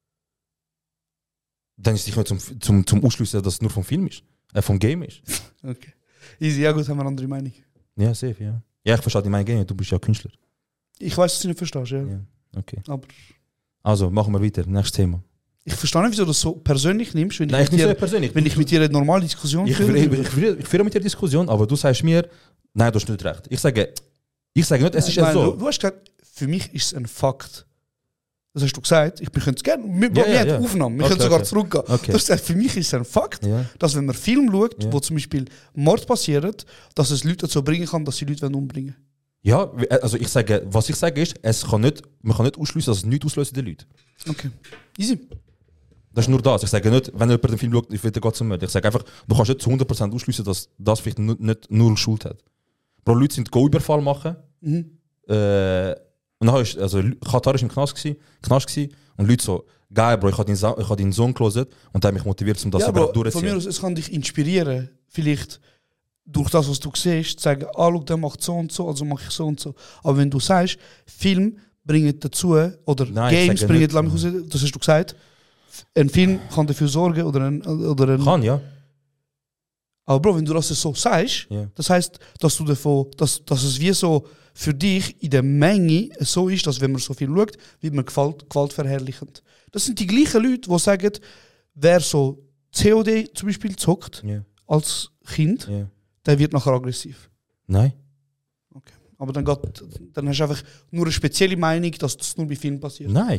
Dann ist es nicht zum Ausschließen, dass es nur vom Film ist. Vom Game ist. Okay. Easy, ja gut, haben wir eine andere Meinung. Ja, safe, ja. Ja, ich verstehe die Meinung, du bist ja Künstler. Ich weiß, dass du nicht verstehst, ja. Ja, okay. Aber Also, machen wir weiter. Nächstes Thema. ich verstehe nicht, wieso du das so persönlich nimmst, wenn Nein, ich, ich nehme mit es persönlich. wenn ich mit dir eine normale Diskussion Ich führe. führe mit dir Diskussion, aber du sagst mir, nein, du hast nicht recht. Ich sage nicht, es ist ja Nein, so. du hast gesagt, für mich ist es ein Fakt. Das hast du gesagt. Wir können es gerne. Wir Ja, haben ja. Aufnahmen. Wir Okay, können sogar okay. zurückgehen. Okay. Du hast gesagt, für mich ist es ein Fakt, Ja. dass wenn man Film schaut, Ja. wo zum Beispiel Mord passiert, dass es Leute dazu bringen kann, dass sie Leute umbringen Ja, also was ich sage ist, man kann nicht ausschließen, dass es nichts auslöst in den Leuten. Okay. Easy. Das ist nur das. Ich sage nicht, wenn jemand den Film schaut, ich will geht zum Mörder. Ich sage einfach, du kannst nicht zu 100% ausschließen, dass das vielleicht nicht null Schuld hat. Bro, Leute sind Go-Überfall machen. Mhm. Und dann ist, also Katar ist im Knast gsi und Leute so, geil, Bro, ich habe deinen Sohn gelesen und der hat mich motiviert, um das Ja, überhaupt aber von mir durchzuziehen. aus, es kann dich inspirieren. Vielleicht durch das, was du siehst, zu sagen, schau, der macht so und so, also mache ich so und so. Aber wenn du sagst, Film bringen dazu, oder Nein, ich Games sage bringen, nicht. lass mich raus, das hast du gesagt, ein Film kann dafür sorgen, oder ein Kann, ja. aber Bro, wenn du das so sagst, Ja. das heißt, dass du davon, dass es wie so für dich in der Menge so ist, dass wenn man so viel schaut, wird man Gewalt verherrlichend. Das sind die gleichen Leute, die sagen, wer so COD zum Beispiel zockt Ja. als Kind, Ja. der wird nachher aggressiv. Nein. Aber dann hast du einfach nur eine spezielle Meinung, dass das nur bei Filmen passiert. Nein.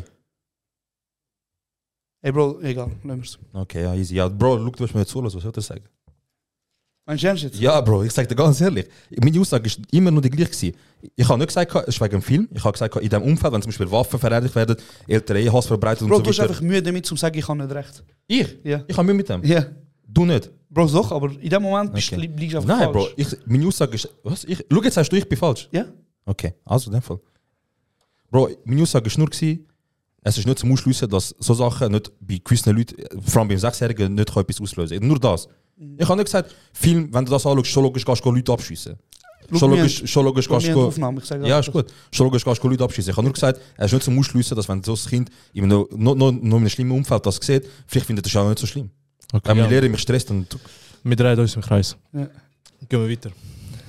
Ey Bro, egal, lassen wir's. Okay, ja, easy. Ja, Bro, look, du hast mir jetzt zulassen, was soll ich sagen? Meinst du ernst jetzt? Ja, Bro, ich sag dir ganz ehrlich, meine Aussage ist immer nur die gleiche gewesen. Ich habe nicht gesagt, es ist wegen dem Film. Ich habe gesagt, in diesem Umfeld, wenn zum Beispiel Waffen verärgert werden, ältere Ehehass verbreitet Bro, und du so hast weiter. einfach Mühe damit, zu sagen, ich habe nicht recht. Ich? Ja. Ich habe Mühe mit dem. Ja. Du nicht. Bro, doch, aber in dem Moment Okay. liegst du einfach Nein, falsch. Bro, meine Aussage ist, was? Schau, jetzt sagst du, ich bin falsch. Ja? Okay, also in dem Fall. Bro, meine Aussage war nur, es ist nicht zum Ausschliessen, dass so Sachen nicht bei gewissen Leuten, vor allem beim 6-Jährigen, nicht etwas auslösen können. Nur das. Ich habe nicht gesagt, Film, wenn du das anschaust, so logisch gehst du Leute abschiessen. Schon logisch kannst du... Aufnahme, ich sage Ja, ist gut. Schon logisch kannst du Leute abschießen. Ich habe nur gesagt, es ist nicht zum Ausschliessen, dass wenn so ein Kind noch in einem schlimmen Umfeld das sieht, vielleicht findet er es auch nicht so schlimm. Okay, Wenn meine Lehrer mich stresst, dann... Wir drehen uns im Kreis. Ja. Gehen wir weiter.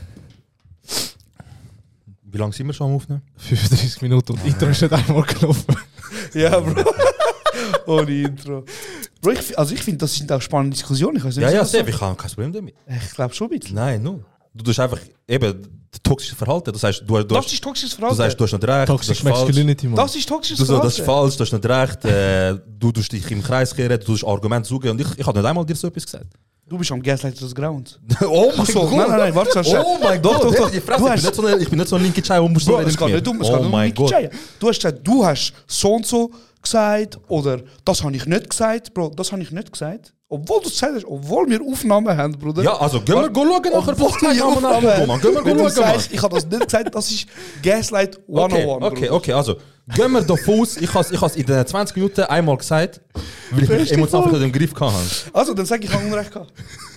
Wie lange sind wir schon am Aufnehmen? 35 Minuten und Intro ist nicht einmal gelaufen. Ja, Bro. Ohne Intro. Bro, ich finde, das sind auch spannende Diskussionen. Ich weiß nicht, Ja, was Steve, ich habe kein Problem damit. Ich glaube schon ein bisschen. Nein, nur. Du tust einfach eben toxisches Verhalten. Das heißt, du Das ist toxisches du Verhalten. sagst, du hast nicht recht, Toxic das ist falsch. Masculinity, Mann. Das ist toxisches Du so, Verhalten. das ist falsch, du hast nicht recht, du tust dich im Kreis kehren, du tust Argumente suchen und ich habe nicht einmal dir so etwas gesagt. Du bist am Gaslighter des Grauens. Oh mein So, nein, warte, Oh mein Doch, Gott, doch, doch. die Fresse, Du ich bin nicht so eine- ich bin nicht so ein linke Chai, wo musst du Bro, reden es geht mit nicht mir. um, es geht Oh nicht mein um Gott. Nicky. Du hast gesagt, du hast so und so gesagt oder das habe ich nicht gesagt. Bro, das habe ich nicht gesagt. Obwohl du es gesagt hast, obwohl wir Aufnahmen haben, Bruder. Ja, also gehen wir schauen nachher, Obwohl was wir wir Aufnahmen haben. Mann. Gehen wir Wenn du schauen, Mann. sagst, ich habe das nicht gesagt, das ist Gaslight 101, Okay, also gehen wir davon aus, ich habe in den 20 Minuten einmal gesagt, weil ich mich emotional in den Griff hatte. Also, dann sage ich, ich habe Unrecht gehabt.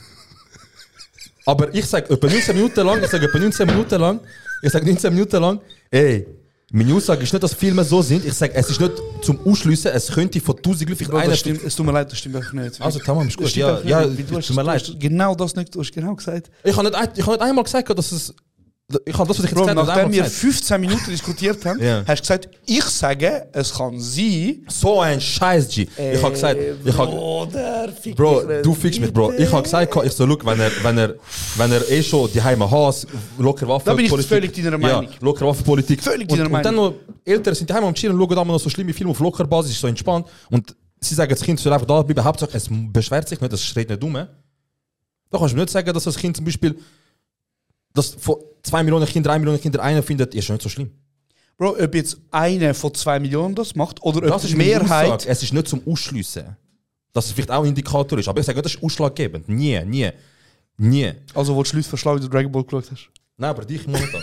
Aber ich sage etwa 19 Minuten lang, ey, meine Aussage ist nicht, dass Filme so sind, ich sage, es ist nicht zum Ausschliessen, es könnte von 1000 Glück Bro, einer... das stimmt, es tut mir leid, das stimmt einfach nicht. Also tamam, ist Das gut, stimmt ja, einfach ja, nicht, weil du tut mir du leid. hast genau das nicht, du hast genau gesagt. Ich habe nicht einmal gesagt, dass es... Ich habe das, was ich jetzt Bro, gesagt habe, nachdem einmal wir gesagt. 15 Minuten diskutiert haben, Ja. hast du gesagt, ich sage, es kann sein... So ein Scheiß, G. Ich habe gesagt... Bruder, fick Bro, mich du fickst mich, Bro. Ich habe gesagt, ich so, look, wenn er schon die Heime hasst, locker Waffen... Da bin ich völlig deiner Meinung. Ja, locker Waffenpolitik. Völlig deiner Und dann Meinung. noch Eltern sind daheim am Chillen und schauen da noch so schlimme Filme auf locker Basis, ist so entspannt. Und sie sagen, das Kind soll einfach da bleiben. Hauptsache, es beschwert sich nicht, es schreit nicht dumm. Da kannst du mir nicht sagen, dass das Kind zum Beispiel... dass von 2 Millionen Kinder, 1 Million Kinder einen findet, ist schon nicht so schlimm. Bro, ob jetzt eine von 2 Millionen das macht oder ob Das die ist meine Mehrheit... Aussage. Es ist nicht zum Ausschliessen. Dass es vielleicht auch ein Indikator ist. Aber ich sage, das ist ausschlaggebend. Nie. Also, wo du Leute verschlagen, wie du Dragon Ball geschaut hast. Nein, aber dich momentan.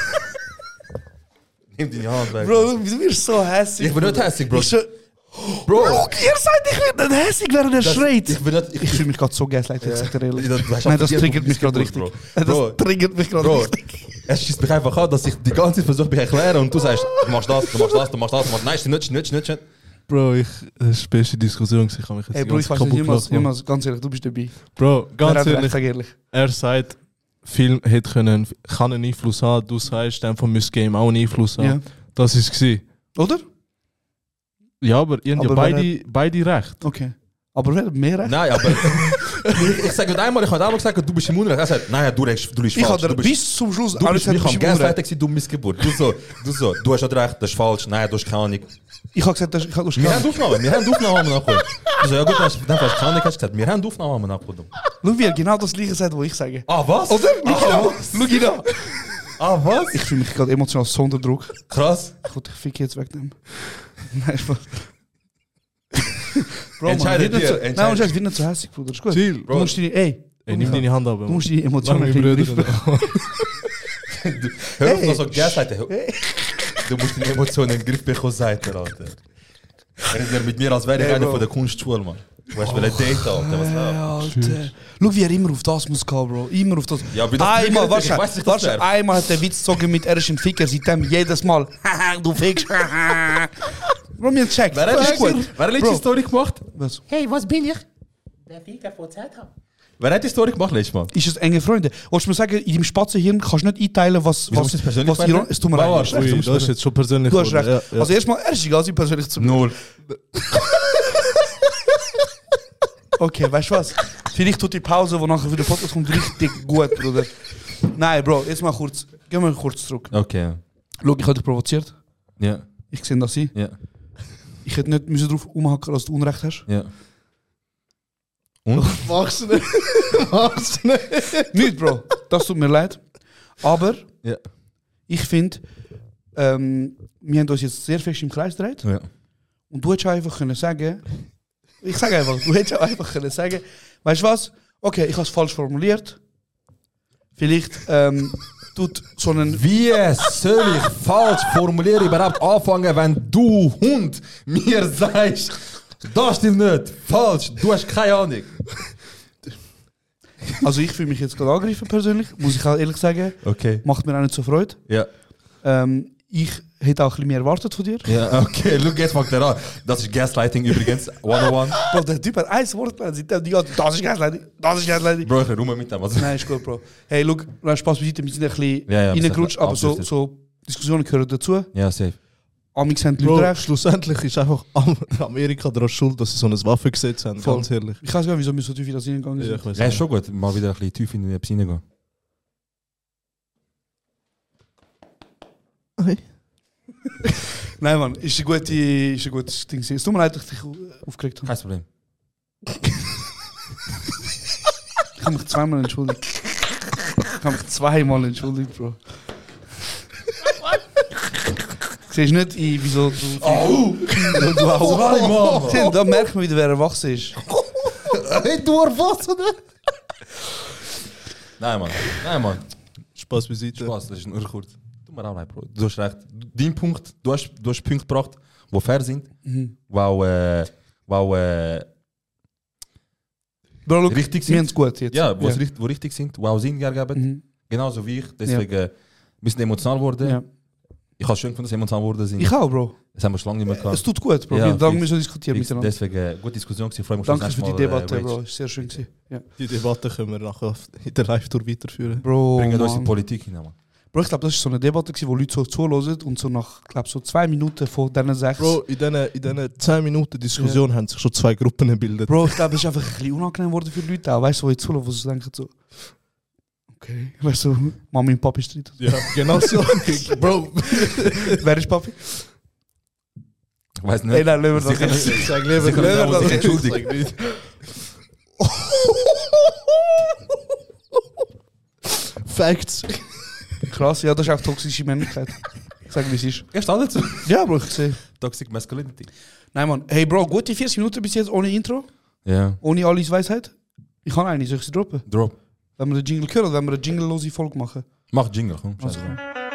Nimm deine Hand weg. Bro, du wirst so hässlich. Ich bin nicht hässlich, Bro. Ich so, Bro, ihr seid, ich werde nicht hässlich, während er schreit. ich bin nicht... Ich fühle mich gerade so gaslight, ich sag dir ehrlich. Du hast Nein, auch das verdient, triggert du mich bist gerade gut, richtig. Bro. Das triggert mich gerade Bro, richtig. es schießt mich einfach an, dass ich die ganze Zeit versuche, mich zu erklären und du sagst, du machst das. Nein, stimmt nicht. Bro, das ist die beste Diskussion. Ich habe mich jetzt Ey, die Bro, ich ganze weiß nicht, kaputt gelacht, Mann. jemals, ganz ehrlich, du bist dabei. Bro, Wer ganz hat recht, ehrlich, sag ehrlich. er sagt, Film hätte können, kann einen Einfluss haben. Du sagst, dann von müsste Game auch einen Einfluss haben. Ja. Das war es. Oder? Ja, aber ihr habt ja Aber wer beide recht. Okay. Aber wer hat mehr recht? Nein, aber... ich sage nicht einmal, ich habe einmal gesagt, du bist im Unrecht. Er sagt, nein, du liegst Ich falsch. habe Du bist- bis zum Schluss Du bist mich am Gaslight. Gaslighten gewesen, du Missgeburt. Du so, du hast nicht recht, das ist falsch, nein, du hast keine Ahnung. Ich habe gesagt, ich habe Wir haben Aufnahmen haben wir nachgeholt. Du so, ja gut, dann hast du keine Ahnung, hast du gesagt, wir haben Aufnahmen haben wir nachgeholt. Schau, wie er genau das gleiche sagt, was ich sage. Ah, was? Oder? Schau ihn an. Ah, was? Ich fühle mich gerade emotional so unter Druck. Krass. Ich wollte dich fick jetzt wegnehmen. Nein, Spaß. Bro, Entscheide wird nicht dir, so, entscheide. nein, ich bin nicht so hässlich, Bruder. Ist gut. Chill, Du Bro. musst deine, ey, Ey, nimm deine Hand ab. du musst deine Emotionen Lange ein bisschen Brüder. im Griff behalten. Hör auf, Hey. noch so Gaslighten. Du musst deine Emotionen im Griff bekommen, sagt er, Alter. Er ist ja mit mir, als wäre ich Hey, einer Bro. von der Kunstschule, Mann. Du hast ein Date, Alter. Was Alter. Schau, wie er immer auf das muss gehen, Bro. Immer auf das. Ja, aber das einmal, triggert dich. Ich weiss nicht, dass warte, der- einmal hat der Witz gezogen mit er ist ein Ficker, seitdem jedes Mal. Haha, du fickst. Haha. Bro, mir checkt. Wer Das hat ist gut. die letzte Bro. Story gemacht? Was? Hey, was bin ich? Der Ficker von Z. Wer hat die Story gemacht letztes Mal? Ist es enge Freunde? Wolltest du mir sagen, in deinem Spatzenhirn kannst du nicht einteilen, was Wieso musst du es persönlich was werden? es tut mir Wow, leid. Ui, das ist jetzt schon persönlich. Du hast recht. geworden. Ja, ja. Also erstmal, er ist egal, sie persönlich zu mir. Null. Okay, weißt du was? Vielleicht tut die Pause, die nachher für den Podcast kommt, richtig gut, Bruder. Nein, Bro, jetzt mal kurz. Gehen wir kurz zurück. Okay. Schau, ich habe dich provoziert. Ja, Ich sehe das sein. ja, Ich hätte nicht müssen darauf umhacken, dass du Unrecht hast. ja. Und? Machst du nicht. Machst du nicht. Nicht, Bro. Das tut mir leid. Aber Ja. ich finde, wir haben uns jetzt sehr fest im Kreis gedreht. Ja. Und du hättest einfach können sagen, ich sage einfach, du hättest auch einfach können sagen, weißt du was? Okay, ich habe es falsch formuliert. Vielleicht tut so einen. Wie soll ich falsch formulieren überhaupt anfangen, wenn du Hund mir sagst, das stimmt nicht, falsch, du hast keine Ahnung. Also ich fühle mich jetzt gerade angegriffen persönlich, muss ich auch ehrlich sagen. Okay. Macht mir auch nicht so Freude. Ja. Ich hätte auch ein bisschen mehr erwartet von dir. Ja, okay, look, jetzt fängt er an. Das ist Gaslighting übrigens, 101. Bro, der Typ hat ein Wort gelernt. Seitdem die ganze das ist Gaslighting, das ist Gaslighting. Bro, ich bin rum mit dem. Also. Nein, ist gut, Bro. Hey, look, Spaß beiseite, wir sind ein bisschen Ja, reingerutscht, aber absolut. so Diskussionen gehören dazu. Ja, safe. Amix haben die Bro, Leute recht. schlussendlich ist einfach Amerika daran schuld, dass sie so ein Waffengesetz haben, Voll. ganz ehrlich. Ich weiß gar nicht, wieso wir so tief in das hineingegangen Ja, sind. ich weiß Ja, ist nicht. schon gut, mal wieder ein bisschen tief in die Episode gehen. Okay. Nein, Mann, ist ein gutes Ding. Es tut mir leid, dass ich dich aufgeregt habe. Kein Problem. Ich habe mich zweimal entschuldigt. Bro. Siehst du nicht, wieso du... du auch... Tim, da merkt man wieder, wer erwachsen ist. Hey, du Erwachsener! Nein, Mann. Spaß beiseite. Spaß, das ist nur kurz. Tut mir auch leid, Bro. Du hast recht. Dein Punkt, du hast Punkte gebracht, die fair sind, weil Bro, look, richtig wir sind. haben es gut jetzt. Ja, wo richtig sind, die auch Sinn ergeben. Mhm. Genauso wie ich. Deswegen, wir sind emotional geworden. Ja. Ich habe es schön gefunden, dass wir emotional geworden sind. Ich auch, Bro. Das haben wir schon lange nicht mehr gehabt. Es tut gut, Bro. Ja, Wir lange fix. müssen diskutieren miteinander. Deswegen, gute Diskussion gewesen. Ich freue mich Danke aufs für die nächste Mal, Debatte, Rage. Bro. Ist sehr schön gewesen. Ja. Die Debatte können wir nachher in der Live-Tour weiterführen. Bro, Bringen uns in Mann. Politik hinein, Mann. Bro, ich glaube, das ist so eine Debatte gewesen, wo Leute so zuhören und so nach, glaube so 2 Minuten von diesen 6. Bro, in diesen 10 Minuten Diskussion haben sich schon 2 Gruppen gebildet. Bro, ich glaube, es ist einfach ein bisschen unangenehm geworden für die Leute auch. Weißt du, die jetzt zuhören, wo sie denken so... Okay, weißt du, Mami und Papi streiten. Ja, genau so. Bro, Wer ist Papi? Ich weiß nicht. Ey, nein, lassen wir das Sicher- nicht. sag lieber, Sicher nicht, aber sich entschuldigt. Sag nicht. Facts. Krass, ja, das ist auch toxische Männlichkeit. Sag, wie es ist. Erst alle dazu. Ja, Bro, ich sehe. Toxic Masculinity. Nein, Mann. Hey, Bro, gute 40 Minuten bis jetzt ohne Intro, Ja. ohne Alice Weisheit. Ich kann eine, soll ich sie droppen? Drop. Wenn wir den Jingle hören oder wenn wir eine jinglelose Folge machen? Mach Jingle, komm. Also, Scheiße.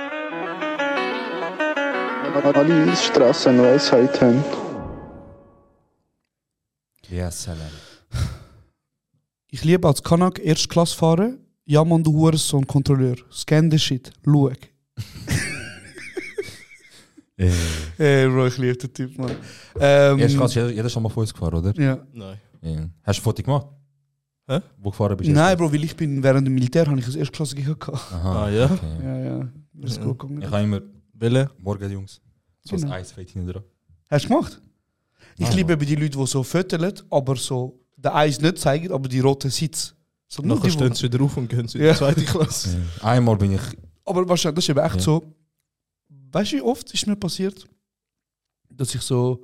Alle Straßenweisheit haben. Ja, salam. ich liebe als Kanak Erstklasse fahren. Ja, Mann, du Hurensohn, Kontrolleur. Scan the shit. Schau. Hey, Bro, ich liebe den Typ, Mann. Erst kannst du jeder schon mal vor uns gefahren, oder? Ja. Nein. Ja. Hast du ein Foto gemacht? Hä? Wo gefahren bist? Nein, Bro, weil ich bin während dem Militär habe ich ein Erstklasse gehabt. Aha. Ah, ja? Okay. Ja, ja. Das ist Ja. gut gegangen. Ich habe immer Wille? morgen, Jungs. So Genau. ein Eis fällt hinten dran. Hast du gemacht? Ich Nein, liebe Mann. bei die Leute, die so föteln, aber so den Eis nicht zeigen, aber die roten Sitz. So nur Nachher die, stehen wo- sie wieder auf und gehen sie in Ja. die 2. Klasse. Ja. Einmal bin ich. Aber wahrscheinlich, das ist eben echt Ja. so. Weißt du, wie oft ist mir passiert, dass ich so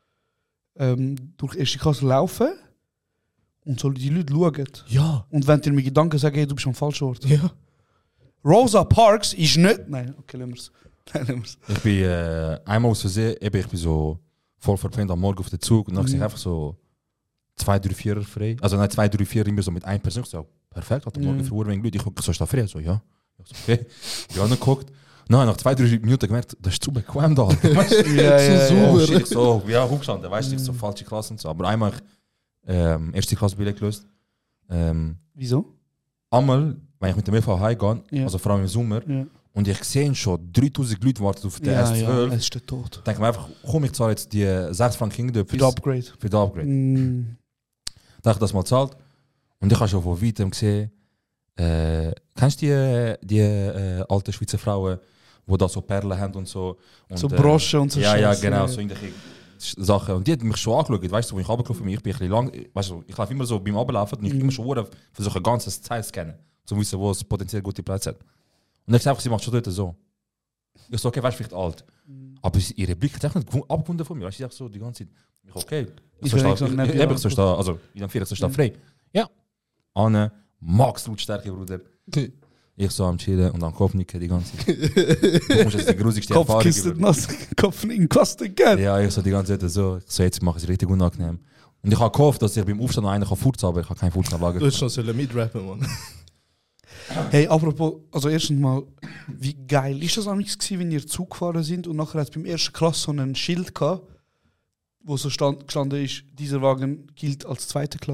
durch erste Klasse laufe und so die Leute schauen. Ja. Und wenn die mir Gedanken sagen, hey, du bist am falschen Ort. Ja. Rosa Parks ist nicht... Nein, okay, lassen wir es. Nein, lassen wir's. Ich bin einmal aus Versehen, eben, ich bin so voll verpennt am Morgen auf den Zug und dann sehe ich einfach so 2, 3, 4 frei. Also nein, 2, 3, 4 immer so mit einer Person. Ich so, perfekt, hat der Morgen für wenig Leute. Ich gucke, so ist da frei? So, ja. Ich so, okay. Ich habe angeguckt. Nein, nach 2, 3 Minuten gemerkt, das ist zu bequem da. Weißt du? Ja, ja, so ja. Oh, sauber. shit, ich so, ja, hochgestanden, weißt du, ich so falsche Klasse und so. Aber einmal erste Klasse Billett gelöst. Wieso? Einmal, wenn ich mit dem ÖV heimgehe, Ja. also vor allem im Sommer, Ja, und ich sehe schon 3000 Leute warten auf den ja, S12, es ist der Tod. denke ich mir einfach, komm, ich zahle jetzt die 6 Franken Kingdom Für das Upgrade. für das Upgrade. Mm. Da habe ich das mal gezahlt und ich habe schon von weitem gesehen, kennst du die alten Schweizer Frauen, die da so Perlen haben und so? Und, So Broschen und so Ja, ja, Scheiße. genau, so irgendwelche Sachen. Und die hat mich schon angeschaut, weißt du, wo ich runtergelaufen bin, ich bin ein bisschen lang, weißt du, ich laufe immer so beim Ablaufen und ich immer schon versuche ein ganzes Zeit zu scannen, um zu wissen, wo es potenziell gute Plätze hat. Und ich sehe einfach, sie macht schon dort so. Ich so, okay, weißt du, vielleicht alt. Aber ihre Blick hat echt nicht abgewonnen von mir. Weißt du, ich sag so die ganze Zeit, ich okay. Ich So bin stehe- so neben ich dir habe so stehen, also in dem Vierer so stehen frei. Ja. Anne, Max Lautstärke, Bruder. Ich so am Chillen und am Kopf nicken die ganze Zeit. Du musst jetzt die grusigste Kopf Erfahrung kistet über. nass, Kopf in Kasten gell? Ja, ich so die ganze Zeit so. Ich so, jetzt mache ich es richtig unangenehm. Und ich habe gehofft, dass ich beim Aufstehen noch einen furzen kann, aber ich habe keinen Furzanlage. Du hättest noch mitrappen, Mann. Hey, apropos, also erstens mal, wie geil ist das eigentlich gewesen, wenn ihr Zug gefahren sind und nachher hat es beim ersten Klasse so ein Schild gehabt, wo so gestanden ist, dieser Wagen gilt als 2. Klasse.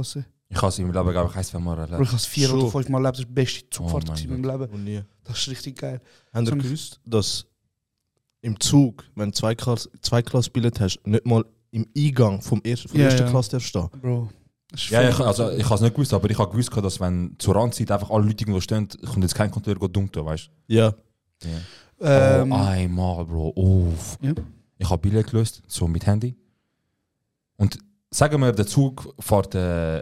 Ich habe es in meinem Leben, glaube ich, 1-2 Mal Bro, erlebt. ich habe es 4 Schon. oder 5 Mal erlebt, das ist die beste Zugfahrt Oh mein in meinem Leben. Und nie. Das ist richtig geil. Habt ihr So ein- gewusst, dass im Zug, wenn du Zweiklassbillett hast, nicht mal im Eingang von Ja, ersten ja. Klasse darfst stehen? Bro, das ist Ja, voll- ich habe es nicht gewusst, aber ich habe gewusst, dass wenn zur Randzeit einfach alle Leute irgendwo stehen, kommt jetzt kein Kontrolleur dumm tun, weißt Ja. du? Ja. Ähm, Einmal, Bro. Uff. Ja. Ich habe Billett gelöst, so mit Handy. Und sagen wir, der Zug fährt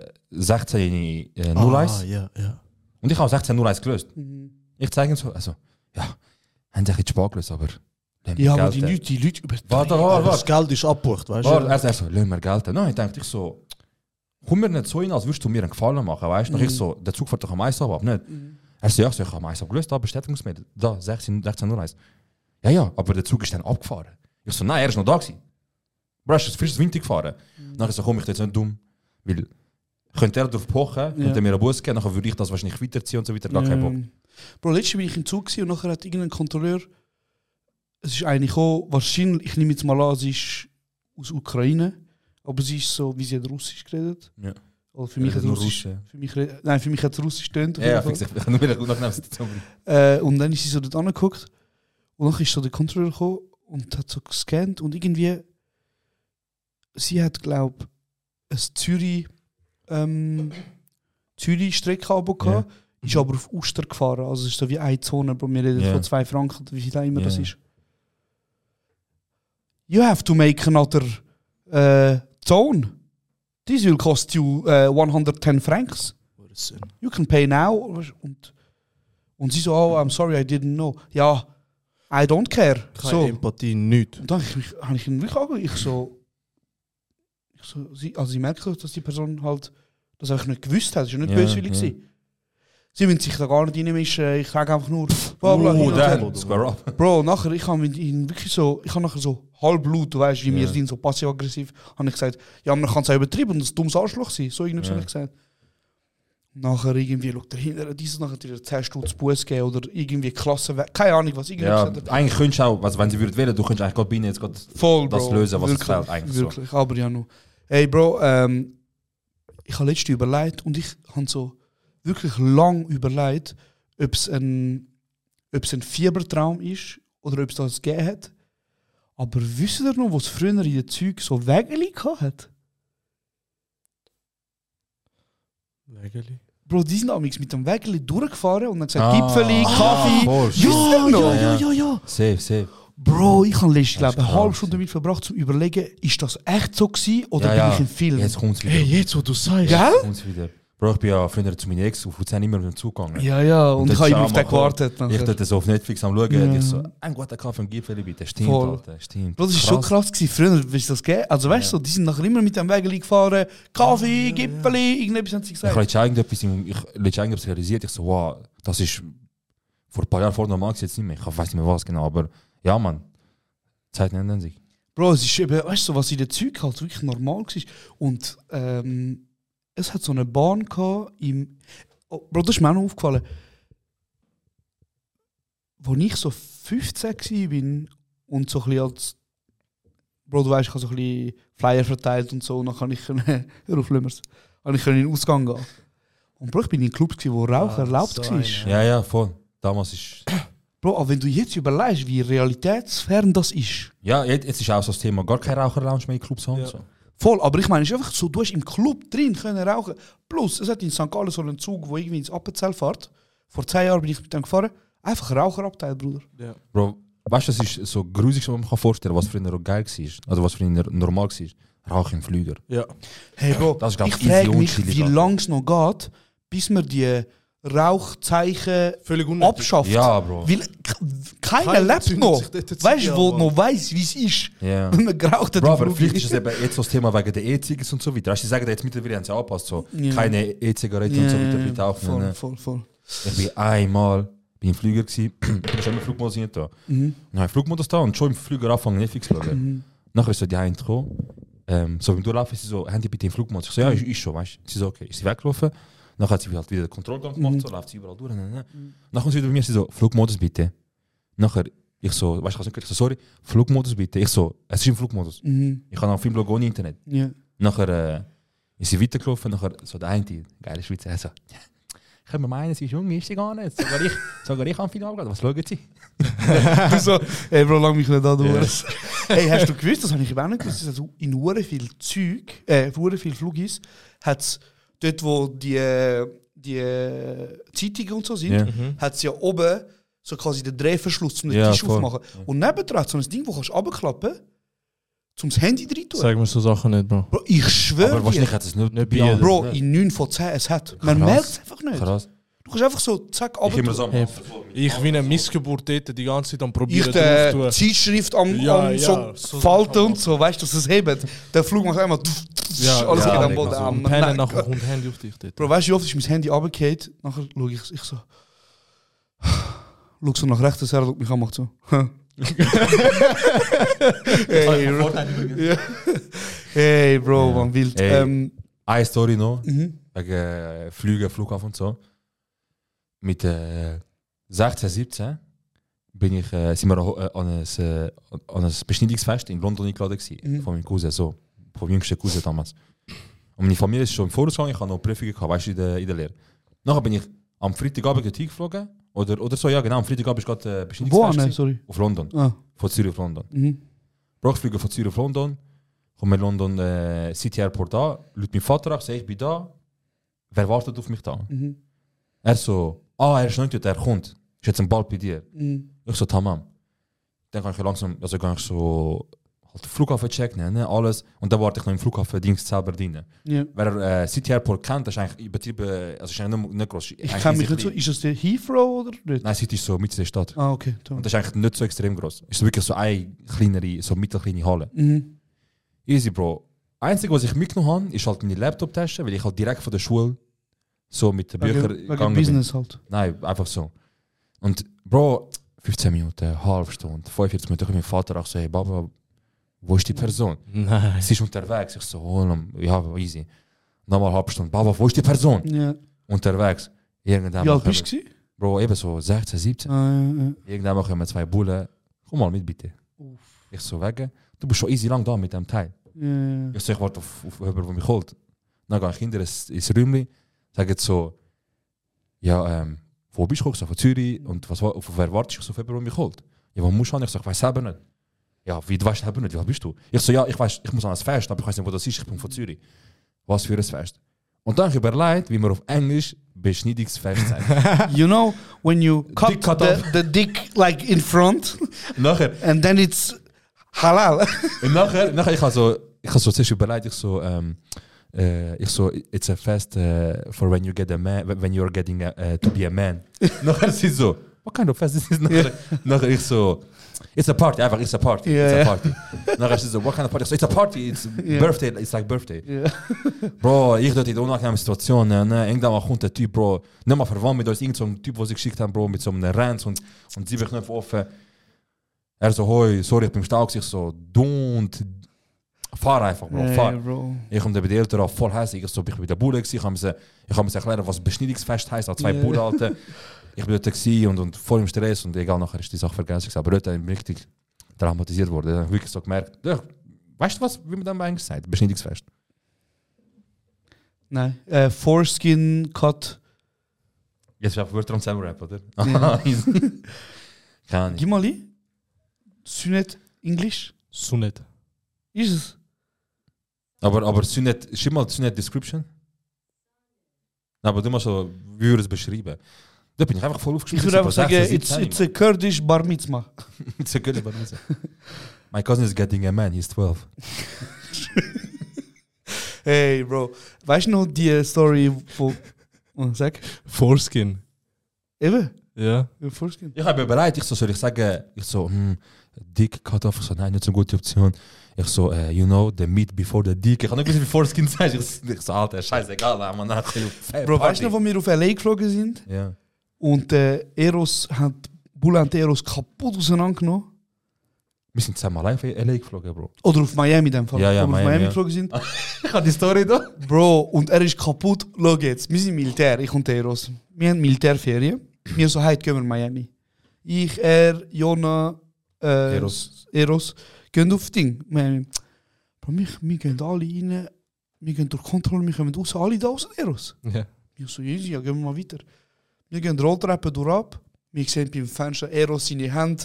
16:01 ja, ja. und ich habe 16:01 gelöst. mhm. Ich zeige ihm so, also, ja, haben sie ein bisschen spät gelöst, aber lass mir Ja, aber Geld, die Leute übertreiben. Warte, Das Geld ist abgebucht, weißt Warte, du? er sagt so, lass mir Geld. Nein, ich dachte ich so, komm mir nicht so hin, als würdest du mir einen Gefallen machen, weißt du? Ich so, der Zug fährt doch am Eis ab, nicht? Er so, ja, ich habe am Eis abgelöst, da Bestätigungsmittel, da, 16:01. Ja, aber der Zug ist dann abgefahren. Ich so, nein, er ist noch da gewesen. Bro, er ist frisch Winter gefahren. Nachher so, komm, ich jetzt nicht dumm, weil könnte er darauf pochen, könnte mir einen Bus geben, nachher würde ich das wahrscheinlich weiterziehen und so weiter, gar kein Bock. Bro, letztes Mal bin ich im Zug gewesen und nachher hat irgendein Kontrolleur, es ist eigentlich auch, wahrscheinlich, ich nehme jetzt mal an, sie ist aus Ukraine, aber sie ist so, wie sie hat Russisch geredet. Ja. Oder für mich hat nur Russisch, Russen. für mich hat es Russisch getönt. auf Ja, jeden fix, Fall. ich kann nur wieder gut nachnehmen, Situation bringen. Und dann ist sie so dort angeguckt und dann ist so der Kontrolleur gekommen und hat so gescannt und irgendwie, sie hat, glaube ich, ein Zürich-Strecke runtergehabt, ist aber auf Uster gefahren. Also es ist so wie eine Zone, aber wir reden Ja. von 2 Franken, oder wie viel auch immer das Ja. ist. You have to make another zone. This will cost you 110 francs. You can pay now. Und sie so, oh, I'm sorry, I didn't know. Ja, I don't care. Keine So. Empathie, nichts. Und dann habe ich ihn wirklich angeschaut. Sie merkt so, dass die Person halt das einfach nicht gewusst hat. Das war nicht Ja, böswillig. ja. gewesen. Sie wollen sich da gar nicht reinmischen. Ich sage einfach nur, bla bla, hin und her. dann, square up. Bro, nachher, ich habe ihn wirklich so, ich habe nachher so halbblut, du weißt, wie wir sind, so passiv-aggressiv, habe ich gesagt, ja, man kann es auch übertrieben und ein dummes Arschloch sein. So irgendwie habe ich gesagt. Nachher irgendwie schaut er hinter, dieses nachher dir 10 Stutz Buß geben oder irgendwie Klasse weg. Keine Ahnung, was irgendwie Ja, gesagt hat. eigentlich könntest du auch, also wenn sie würden wählen, du könntest eigentlich gerade bei ihnen jetzt gerade Voll, das Bro. lösen, was es Wirklich, fehlt, eigentlich so. Wirklich, aber ja noch. Hey, Bro, ich habe letztens überlegt und ich habe so wirklich lang überlegt, ob es ein Fiebertraum ist oder ob es das gegeben hat. Aber wisst ihr noch, was früher in den Zügen so Wägeli hat? Wägeli? Bro, die sind amigs mit dem Wägeli durchgefahren und dann gesagt, Gipfeli, Kaffee. voll. Wisst ihr noch? Ja. Safe. Bro, ich habe letztens, Das ist glaube eine halbe krass. Stunde damit verbracht, zum überlegen, ist das echt so gewesen oder Ja, bin ja. ich im Film? Jetzt kommt es wieder. Hey, jetzt wo du sagst. Gell? Jetzt kommt's wieder. Bro, ich bin ja früher zu meiner Ex auf Luzern immer mit dem Zug gegangen. Ja, und Und ich habe das immer ist auf den auch gewartet. Ich dort so auf Netflix am schauen, Ja. ich so, ein guter Kaffee im Gipfeli bitte. Stimmt, Voll. Alter, stimmt. Bro, das war schon krass gewesen. Früher, wie es das geht. Also weißt du, so, die sind nachher immer mit dem Wägeli gefahren, Kaffee, Gipfeli, irgendetwas haben sie Ich gesagt. habe letztens irgendetwas realisiert, ich so, wow, das ist vor ein paar Jahren vor normal jetzt nicht mehr. Ich weiß nicht mehr was genau, aber ja, Mann, Zeit ändern sich. Bro, es ist eben, weißt du, was in den Zügen halt wirklich normal war. Und es hat so eine Bahn gehabt im. Oh, Bro, das ist mir auch noch aufgefallen. Als ich so 15 war und so ein bisschen als. Bro, du weißt, ich habe so ein bisschen Flyer verteilt und so, und dann kann ich hör auf, Lümmers, kann ich in den Ausgang gehen. Und Bro, ich bin in Clubs, wo Rauchen erlaubt so war. einer. Ja, voll. Damals ist. Bro, aber wenn du jetzt überlegst, wie realitätsfern das ist. Ja, jetzt ist auch so das Thema, gar kein Raucherlounge mehr in Clubs haben. Ja. So. Voll, aber ich meine, es ist einfach so, du hast im Club drin können rauchen. Plus, es hat in St. Gallen so einen Zug, der irgendwie ins Appenzell fährt. Vor 10 Jahren bin ich mit dem gefahren. Einfach Raucherabteil, Bruder. Ja. Bro, weißt du, das ist so grusig, was man sich vorstellen kann, was früher auch geil war. Also was früher normal war. Rauchen im Flüger. Ja. Hey Bro, Das ist, glaub ich ich, easy frage und mich, chillig, wie Alter. lange es noch geht, bis man die Rauchzeichen Völlig unnötig. abschafft. Ja, Bro. Weil keiner Keiner lebt zündet noch. sich dort eine Weißt du, Ziege wo an, noch weiss, wie es ist. Ja. Und man geraucht hat Bro, im aber Flug. vielleicht ist es eben jetzt so das Thema wegen der E-Zigaretten und so weiter. Weißt du, sie sagen jetzt mittlerweile, haben sie angepasst, so Ja. keine E-Zigaretten und so weiter bitte aufnehmen. Voll. Ich bin einmal im Flüger gewesen, ich bin schon im Flugmodus nicht da. Dann habe ich Flugmodus da und schon im Flüger angefangen Netflix zu schauen. Nachher ist so die eine gekommen, so beim Durchlaufen ist sie so, haben die bitte den Flugmodus? Ich so, ja, ist schon, weißt du. Sie so, okay, ist sie weggelaufen. Nachher hat sie halt wieder den Kontrollgang gemacht, so läuft sie überall durch. Nachher kommt sie wieder bei mir, sie so, Flugmodus bitte. Nachher, ich so, weißt du, ich so, sorry, Flugmodus bitte. Ich so, es ist im Flugmodus. Ich habe auch Filmblog ohne Internet. Ja. Nachher Ich bin weitergelaufen, nachher so der eine, geile Schweizer, so, können wir meinen, sie ist jung, ist sie gar nicht. Sogar ich am Final gehen. Was schauen sie? Du so, ey Bro, lang mich nicht an, du. Hey, hast du gewusst, das habe ich eben auch nicht gewusst, dass in hure viel Zeug, hure viel Flugis, hat es dort, wo die Zeitungen und so sind, hat es ja oben so quasi den Drehverschluss, um den Tisch aufzumachen. Und nebendran hat so ein Ding, wo kannst du runterklappen, um das Handy rein zu tun. Sag mir so Sachen nicht, Bro. Bro, ich schwöre Aber wahrscheinlich dir, hat es nicht Nicht bei bei allen. Bro, in 9 von 10 es hat. Man Krass. merkt es einfach nicht. Krass. Du kannst einfach so, zack, Ich immer runter. so am Hey, Wasser vor mir. Ich wie eine Missgeburt dort die ganze Zeit am Ich probieren die drauf tun. Zeitschrift am Ja, so ja, so falten und so, weißt du, dass es hebt. Der Flug macht einmal Ja, alles ja, geht am leg Boden mal so. an. Pennen Nein, nachher Gott. kommt Handy auf dich dort. Bro, weißt du, wie oft ist mein Handy runtergefallen? Nachher schaue ich so. Schau so nach rechts, er schaut mich an, macht so. Hey, Bro. Ja. Hey, Bro, man wild. Ey. Eine Story noch, Mhm. wegen Flüge, Flughafen und so. Mit 16, 17 bin ich, sind wir an ein Beschneidungsfest in London eingeladen gewesen, von meinem Cousin, so, vom jüngsten Cousin damals. Und meine Familie ist schon im Voraus gegangen, ich hatte noch Prüfungen gehabt, weißt du, in der Lehre. Nachher bin ich am Freitagabend dorthin geflogen, oder so, ja genau, am Freitagabend ist gerade Wo Beschneidungsfest an? gewesen. Sorry. Auf London, Ah. von Zürich auf London. Mhm. Bro, ich fliege von Zürich auf London, komme in London City Airport an, ruft mein Vater an, sage ich bin da, wer wartet auf mich da? Mhm. Er so, er ist nicht dort, er kommt, ist jetzt ein Ball bei dir. Mhm. Ich so, tamam. Dann kann ich langsam, also kann ich so halt den Flughafen checken, ne, alles. Und dann warte ich noch im Flughafen-Dings selber drin. Ja. Wer City Airport kennt, das ist eigentlich übertrieben, also ist eigentlich nicht groß. Ich kenne mich nicht so. Ist das der Heathrow oder nicht? Nein, City ist so mitten in der Stadt. Ah, okay. Toll. Und das ist eigentlich nicht so extrem groß. Ist so wirklich so eine kleinere, so mittelkleine Halle. Mhm. Easy, Bro. Einzige, was ich mitgenommen habe, ist halt meine Laptop-Tasche, weil ich halt direkt von der Schule so mit den Büchern Wegen Business halt. Nein, einfach so. Und Bro, 15 Minuten, eine halbe Stunde, 45 Minuten, ich mein Vater auch so, hey Baba, wo ist die Person? Nein. Sie ist unterwegs. Ich so, ja, easy. Nochmal eine halbe Stunde, Baba, wo ist die Person? Ja. Unterwegs. Irgendwann Wie alt kommen- bist du? Bro, eben so 16, 17. Ah, Irgendwann kommen 2 Bullen. Komm mal mit, bitte. Ich so, weg. Du bist schon easy lang da mit dem Teil. ja. Ich so, ich warte auf jemanden, der mich holt. Dann gehe ich hinter ins Räumchen, sage jetzt so, ja, wo bist du? Ich so, von Zürich. Und auf wer wartest du? Ich so, auf jemanden, der mich holt. Ja, wo musst du hin? Ich so, ich weiß selber nicht. Ja, wie, du weißt selber nicht, wie alt bist du? Ich so, ja, ich weiß, ich muss an ein Fest, aber ich weiß nicht, wo das ist, ich bin von Zürich. Was für ein Fest? Und dann habe ich überlegt, wie man auf Englisch Beschneidungsfest sagt. You know, when you cut, Dick cut the dick like in front Nachher, and then it's halal. und nachher ich habe so zuerst überlegt, ich so, it's a fest for when you get a man, when you're getting to be a man. Nachher sie so, what kind of fest is this? Nachher ich so, it's a party, einfach, it's a party, Yeah, it's a party. Nachher sie so, what kind of party? Ich so, it's a party, it's birthday, it's like birthday. Ja. Bro, ich dort in der unangenehmen Situation, ne? Irgendwann mal kommt der Typ, Bro, nicht mal verwandt mit uns, irgend so ein Typ, den sie geschickt haben, Bro, mit so einem Ranz und 7 Knöpfe offen. Er so, hoi, sorry, ich bin im Stau, ich so, don't, fahr einfach, Bro, fahr. Hey, Bro. Ich komme bei den Eltern auch voll hässlich, ich so, ich bin bei der Bude gewesen, ich habe mir erklären, was Beschneidungsfest heisst, an 2 Ja. Bude halten. Ich bin dort gewesen und voll im Stress und egal, nachher ist die Sache vergessen gewesen, aber dort bin ich richtig traumatisiert worden. Dann habe ich wirklich so gemerkt, ja, weißt du was, wie man dann eigentlich sagt, Beschneidungsfest. Nein. Foreskin Cut. Jetzt ist einfach Wörter am selber Rap, oder? Ja. Keine Ahnung. Gib mal ein. Sünet Englisch. Sunnet. Ist es? Aber Sunnet, schreib mal Sunnet Description. Aber du musst so, wie würde es beschreiben? Da bin ich einfach voll Ich aufgeschrieben. würde einfach sagen, 16, it's 17, a Kurdish Bar Mitzvah. It's a good one. My cousin is getting a man, he's 12. Hey, Bro. Weißt du noch die Story von... Oh, sag. Foreskin. Eben? Ja. Ja, Foreskin. Ich habe überlegt, soll ich sagen, dick cut off, ich so, nein, nicht so eine gute Option. Ich so, you know, the meat before the dick. Ich habe nicht gewusst, wie Foreskin sagst. Ich so, Alter, scheißegal, man hat Bro, weißt du noch, wo wir auf LA geflogen sind? Ja. Und Eros hat... Bulla und Eros kaputt auseinandergenommen. Wir sind zusammen allein auf LA geflogen, Bro. Oder auf Miami in dem Fall. Ja, ja, Wo wir auf Miami, Miami ja. geflogen sind. Ich habe die Story da. Bro, und er ist kaputt. Schau jetzt, wir sind Militär, ich und Eros. Wir haben Militärferien. Wir so, heute gehen wir in Miami. Ich, er, Jona, Eros. Eros gehen auf Ding. Miami. Bro, wir gehen alle rein. wir gehen durch Kontrolle, wir kommen raus, alle da raus, Eros. Ja. Ich so, easy, ja, gehen wir mal weiter. Wir gehen die Rolltreppe durch ab. Wir sehen beim Fenster Eros seine Hände.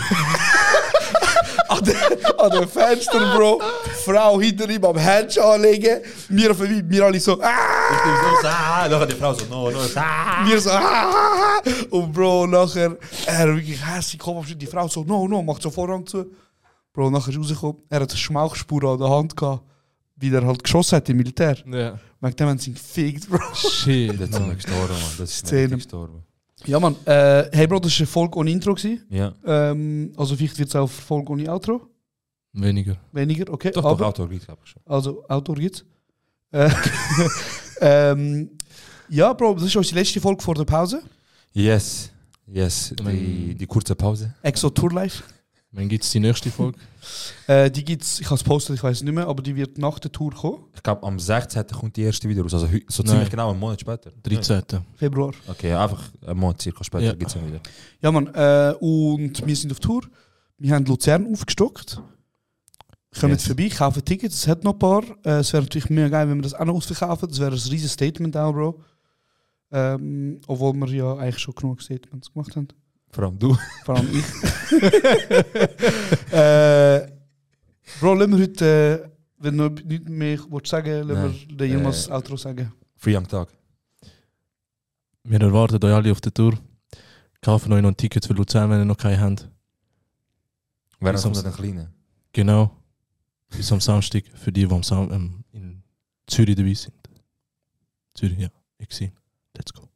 an dem Fenster, Bro. Frau hinter ihm am Händchen anlegen. Wir alle so, Ich bin so, nachher die Frau so, no. Wir so, und Bro, nachher, er wirklich hässlich, die Frau so, no, macht so Vorhang zu. Bro, nachher ist rausgekommen, er hat eine Schmauchspur an der Hand gehabt, wie er halt geschossen hat im Militär. Ja. Wegen dem haben sie ihn gefickt, Bro. Shit. Das ist mir gestorben, Mann. Das ist Szene. mir gestorben. Ja, Mann, hey Bro, das war eine Folge ohne Intro gewesen. Ja. Also vielleicht wird es auch eine Folge ohne Outro. Weniger. Weniger, okay. Doch, aber, Auto gibt es schon. Also, Outro gibt's. Ja, Bro, das ist unsere letzte Folge vor der Pause. Yes. Die kurze Pause. Exo Tour Life. Wann gibt es die nächste Folge? Die gibt's, ich habe es postet, ich weiß es nicht mehr, aber die wird nach der Tour kommen. Ich glaube, am 16. kommt die erste wieder raus. Also so Nein. ziemlich genau einen Monat später. 13. Februar. Okay, einfach einen Monat circa später Ja. gibt es wieder. Ja, Mann, und wir sind auf Tour. Wir haben Luzern aufgestockt. Kommt Yes. vorbei, kaufen Tickets, es hat noch ein paar. Es wäre natürlich mega geil, wenn wir das auch noch ausverkaufen. Das wäre ein riesiges Statement auch, Bro. Obwohl wir ja eigentlich schon genug Statements gemacht haben. Vor allem du. Vor allem ich. Bro, lassen wir heute, wenn du nichts mehr sagen willst, lassen wir den Yilmaz Outro sagen. Free am Tag. Wir erwarten euch alle auf der Tour. Kaufen euch noch ein Ticket für Luzern, wenn ihr noch keine habt. Wer Bis kommt am- den Kleinen? Genau. Bis am Samstag für die in Zürich dabei sind. Zürich, ja. Ich sehe. Let's go.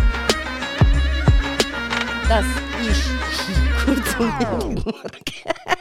Das ist kurz und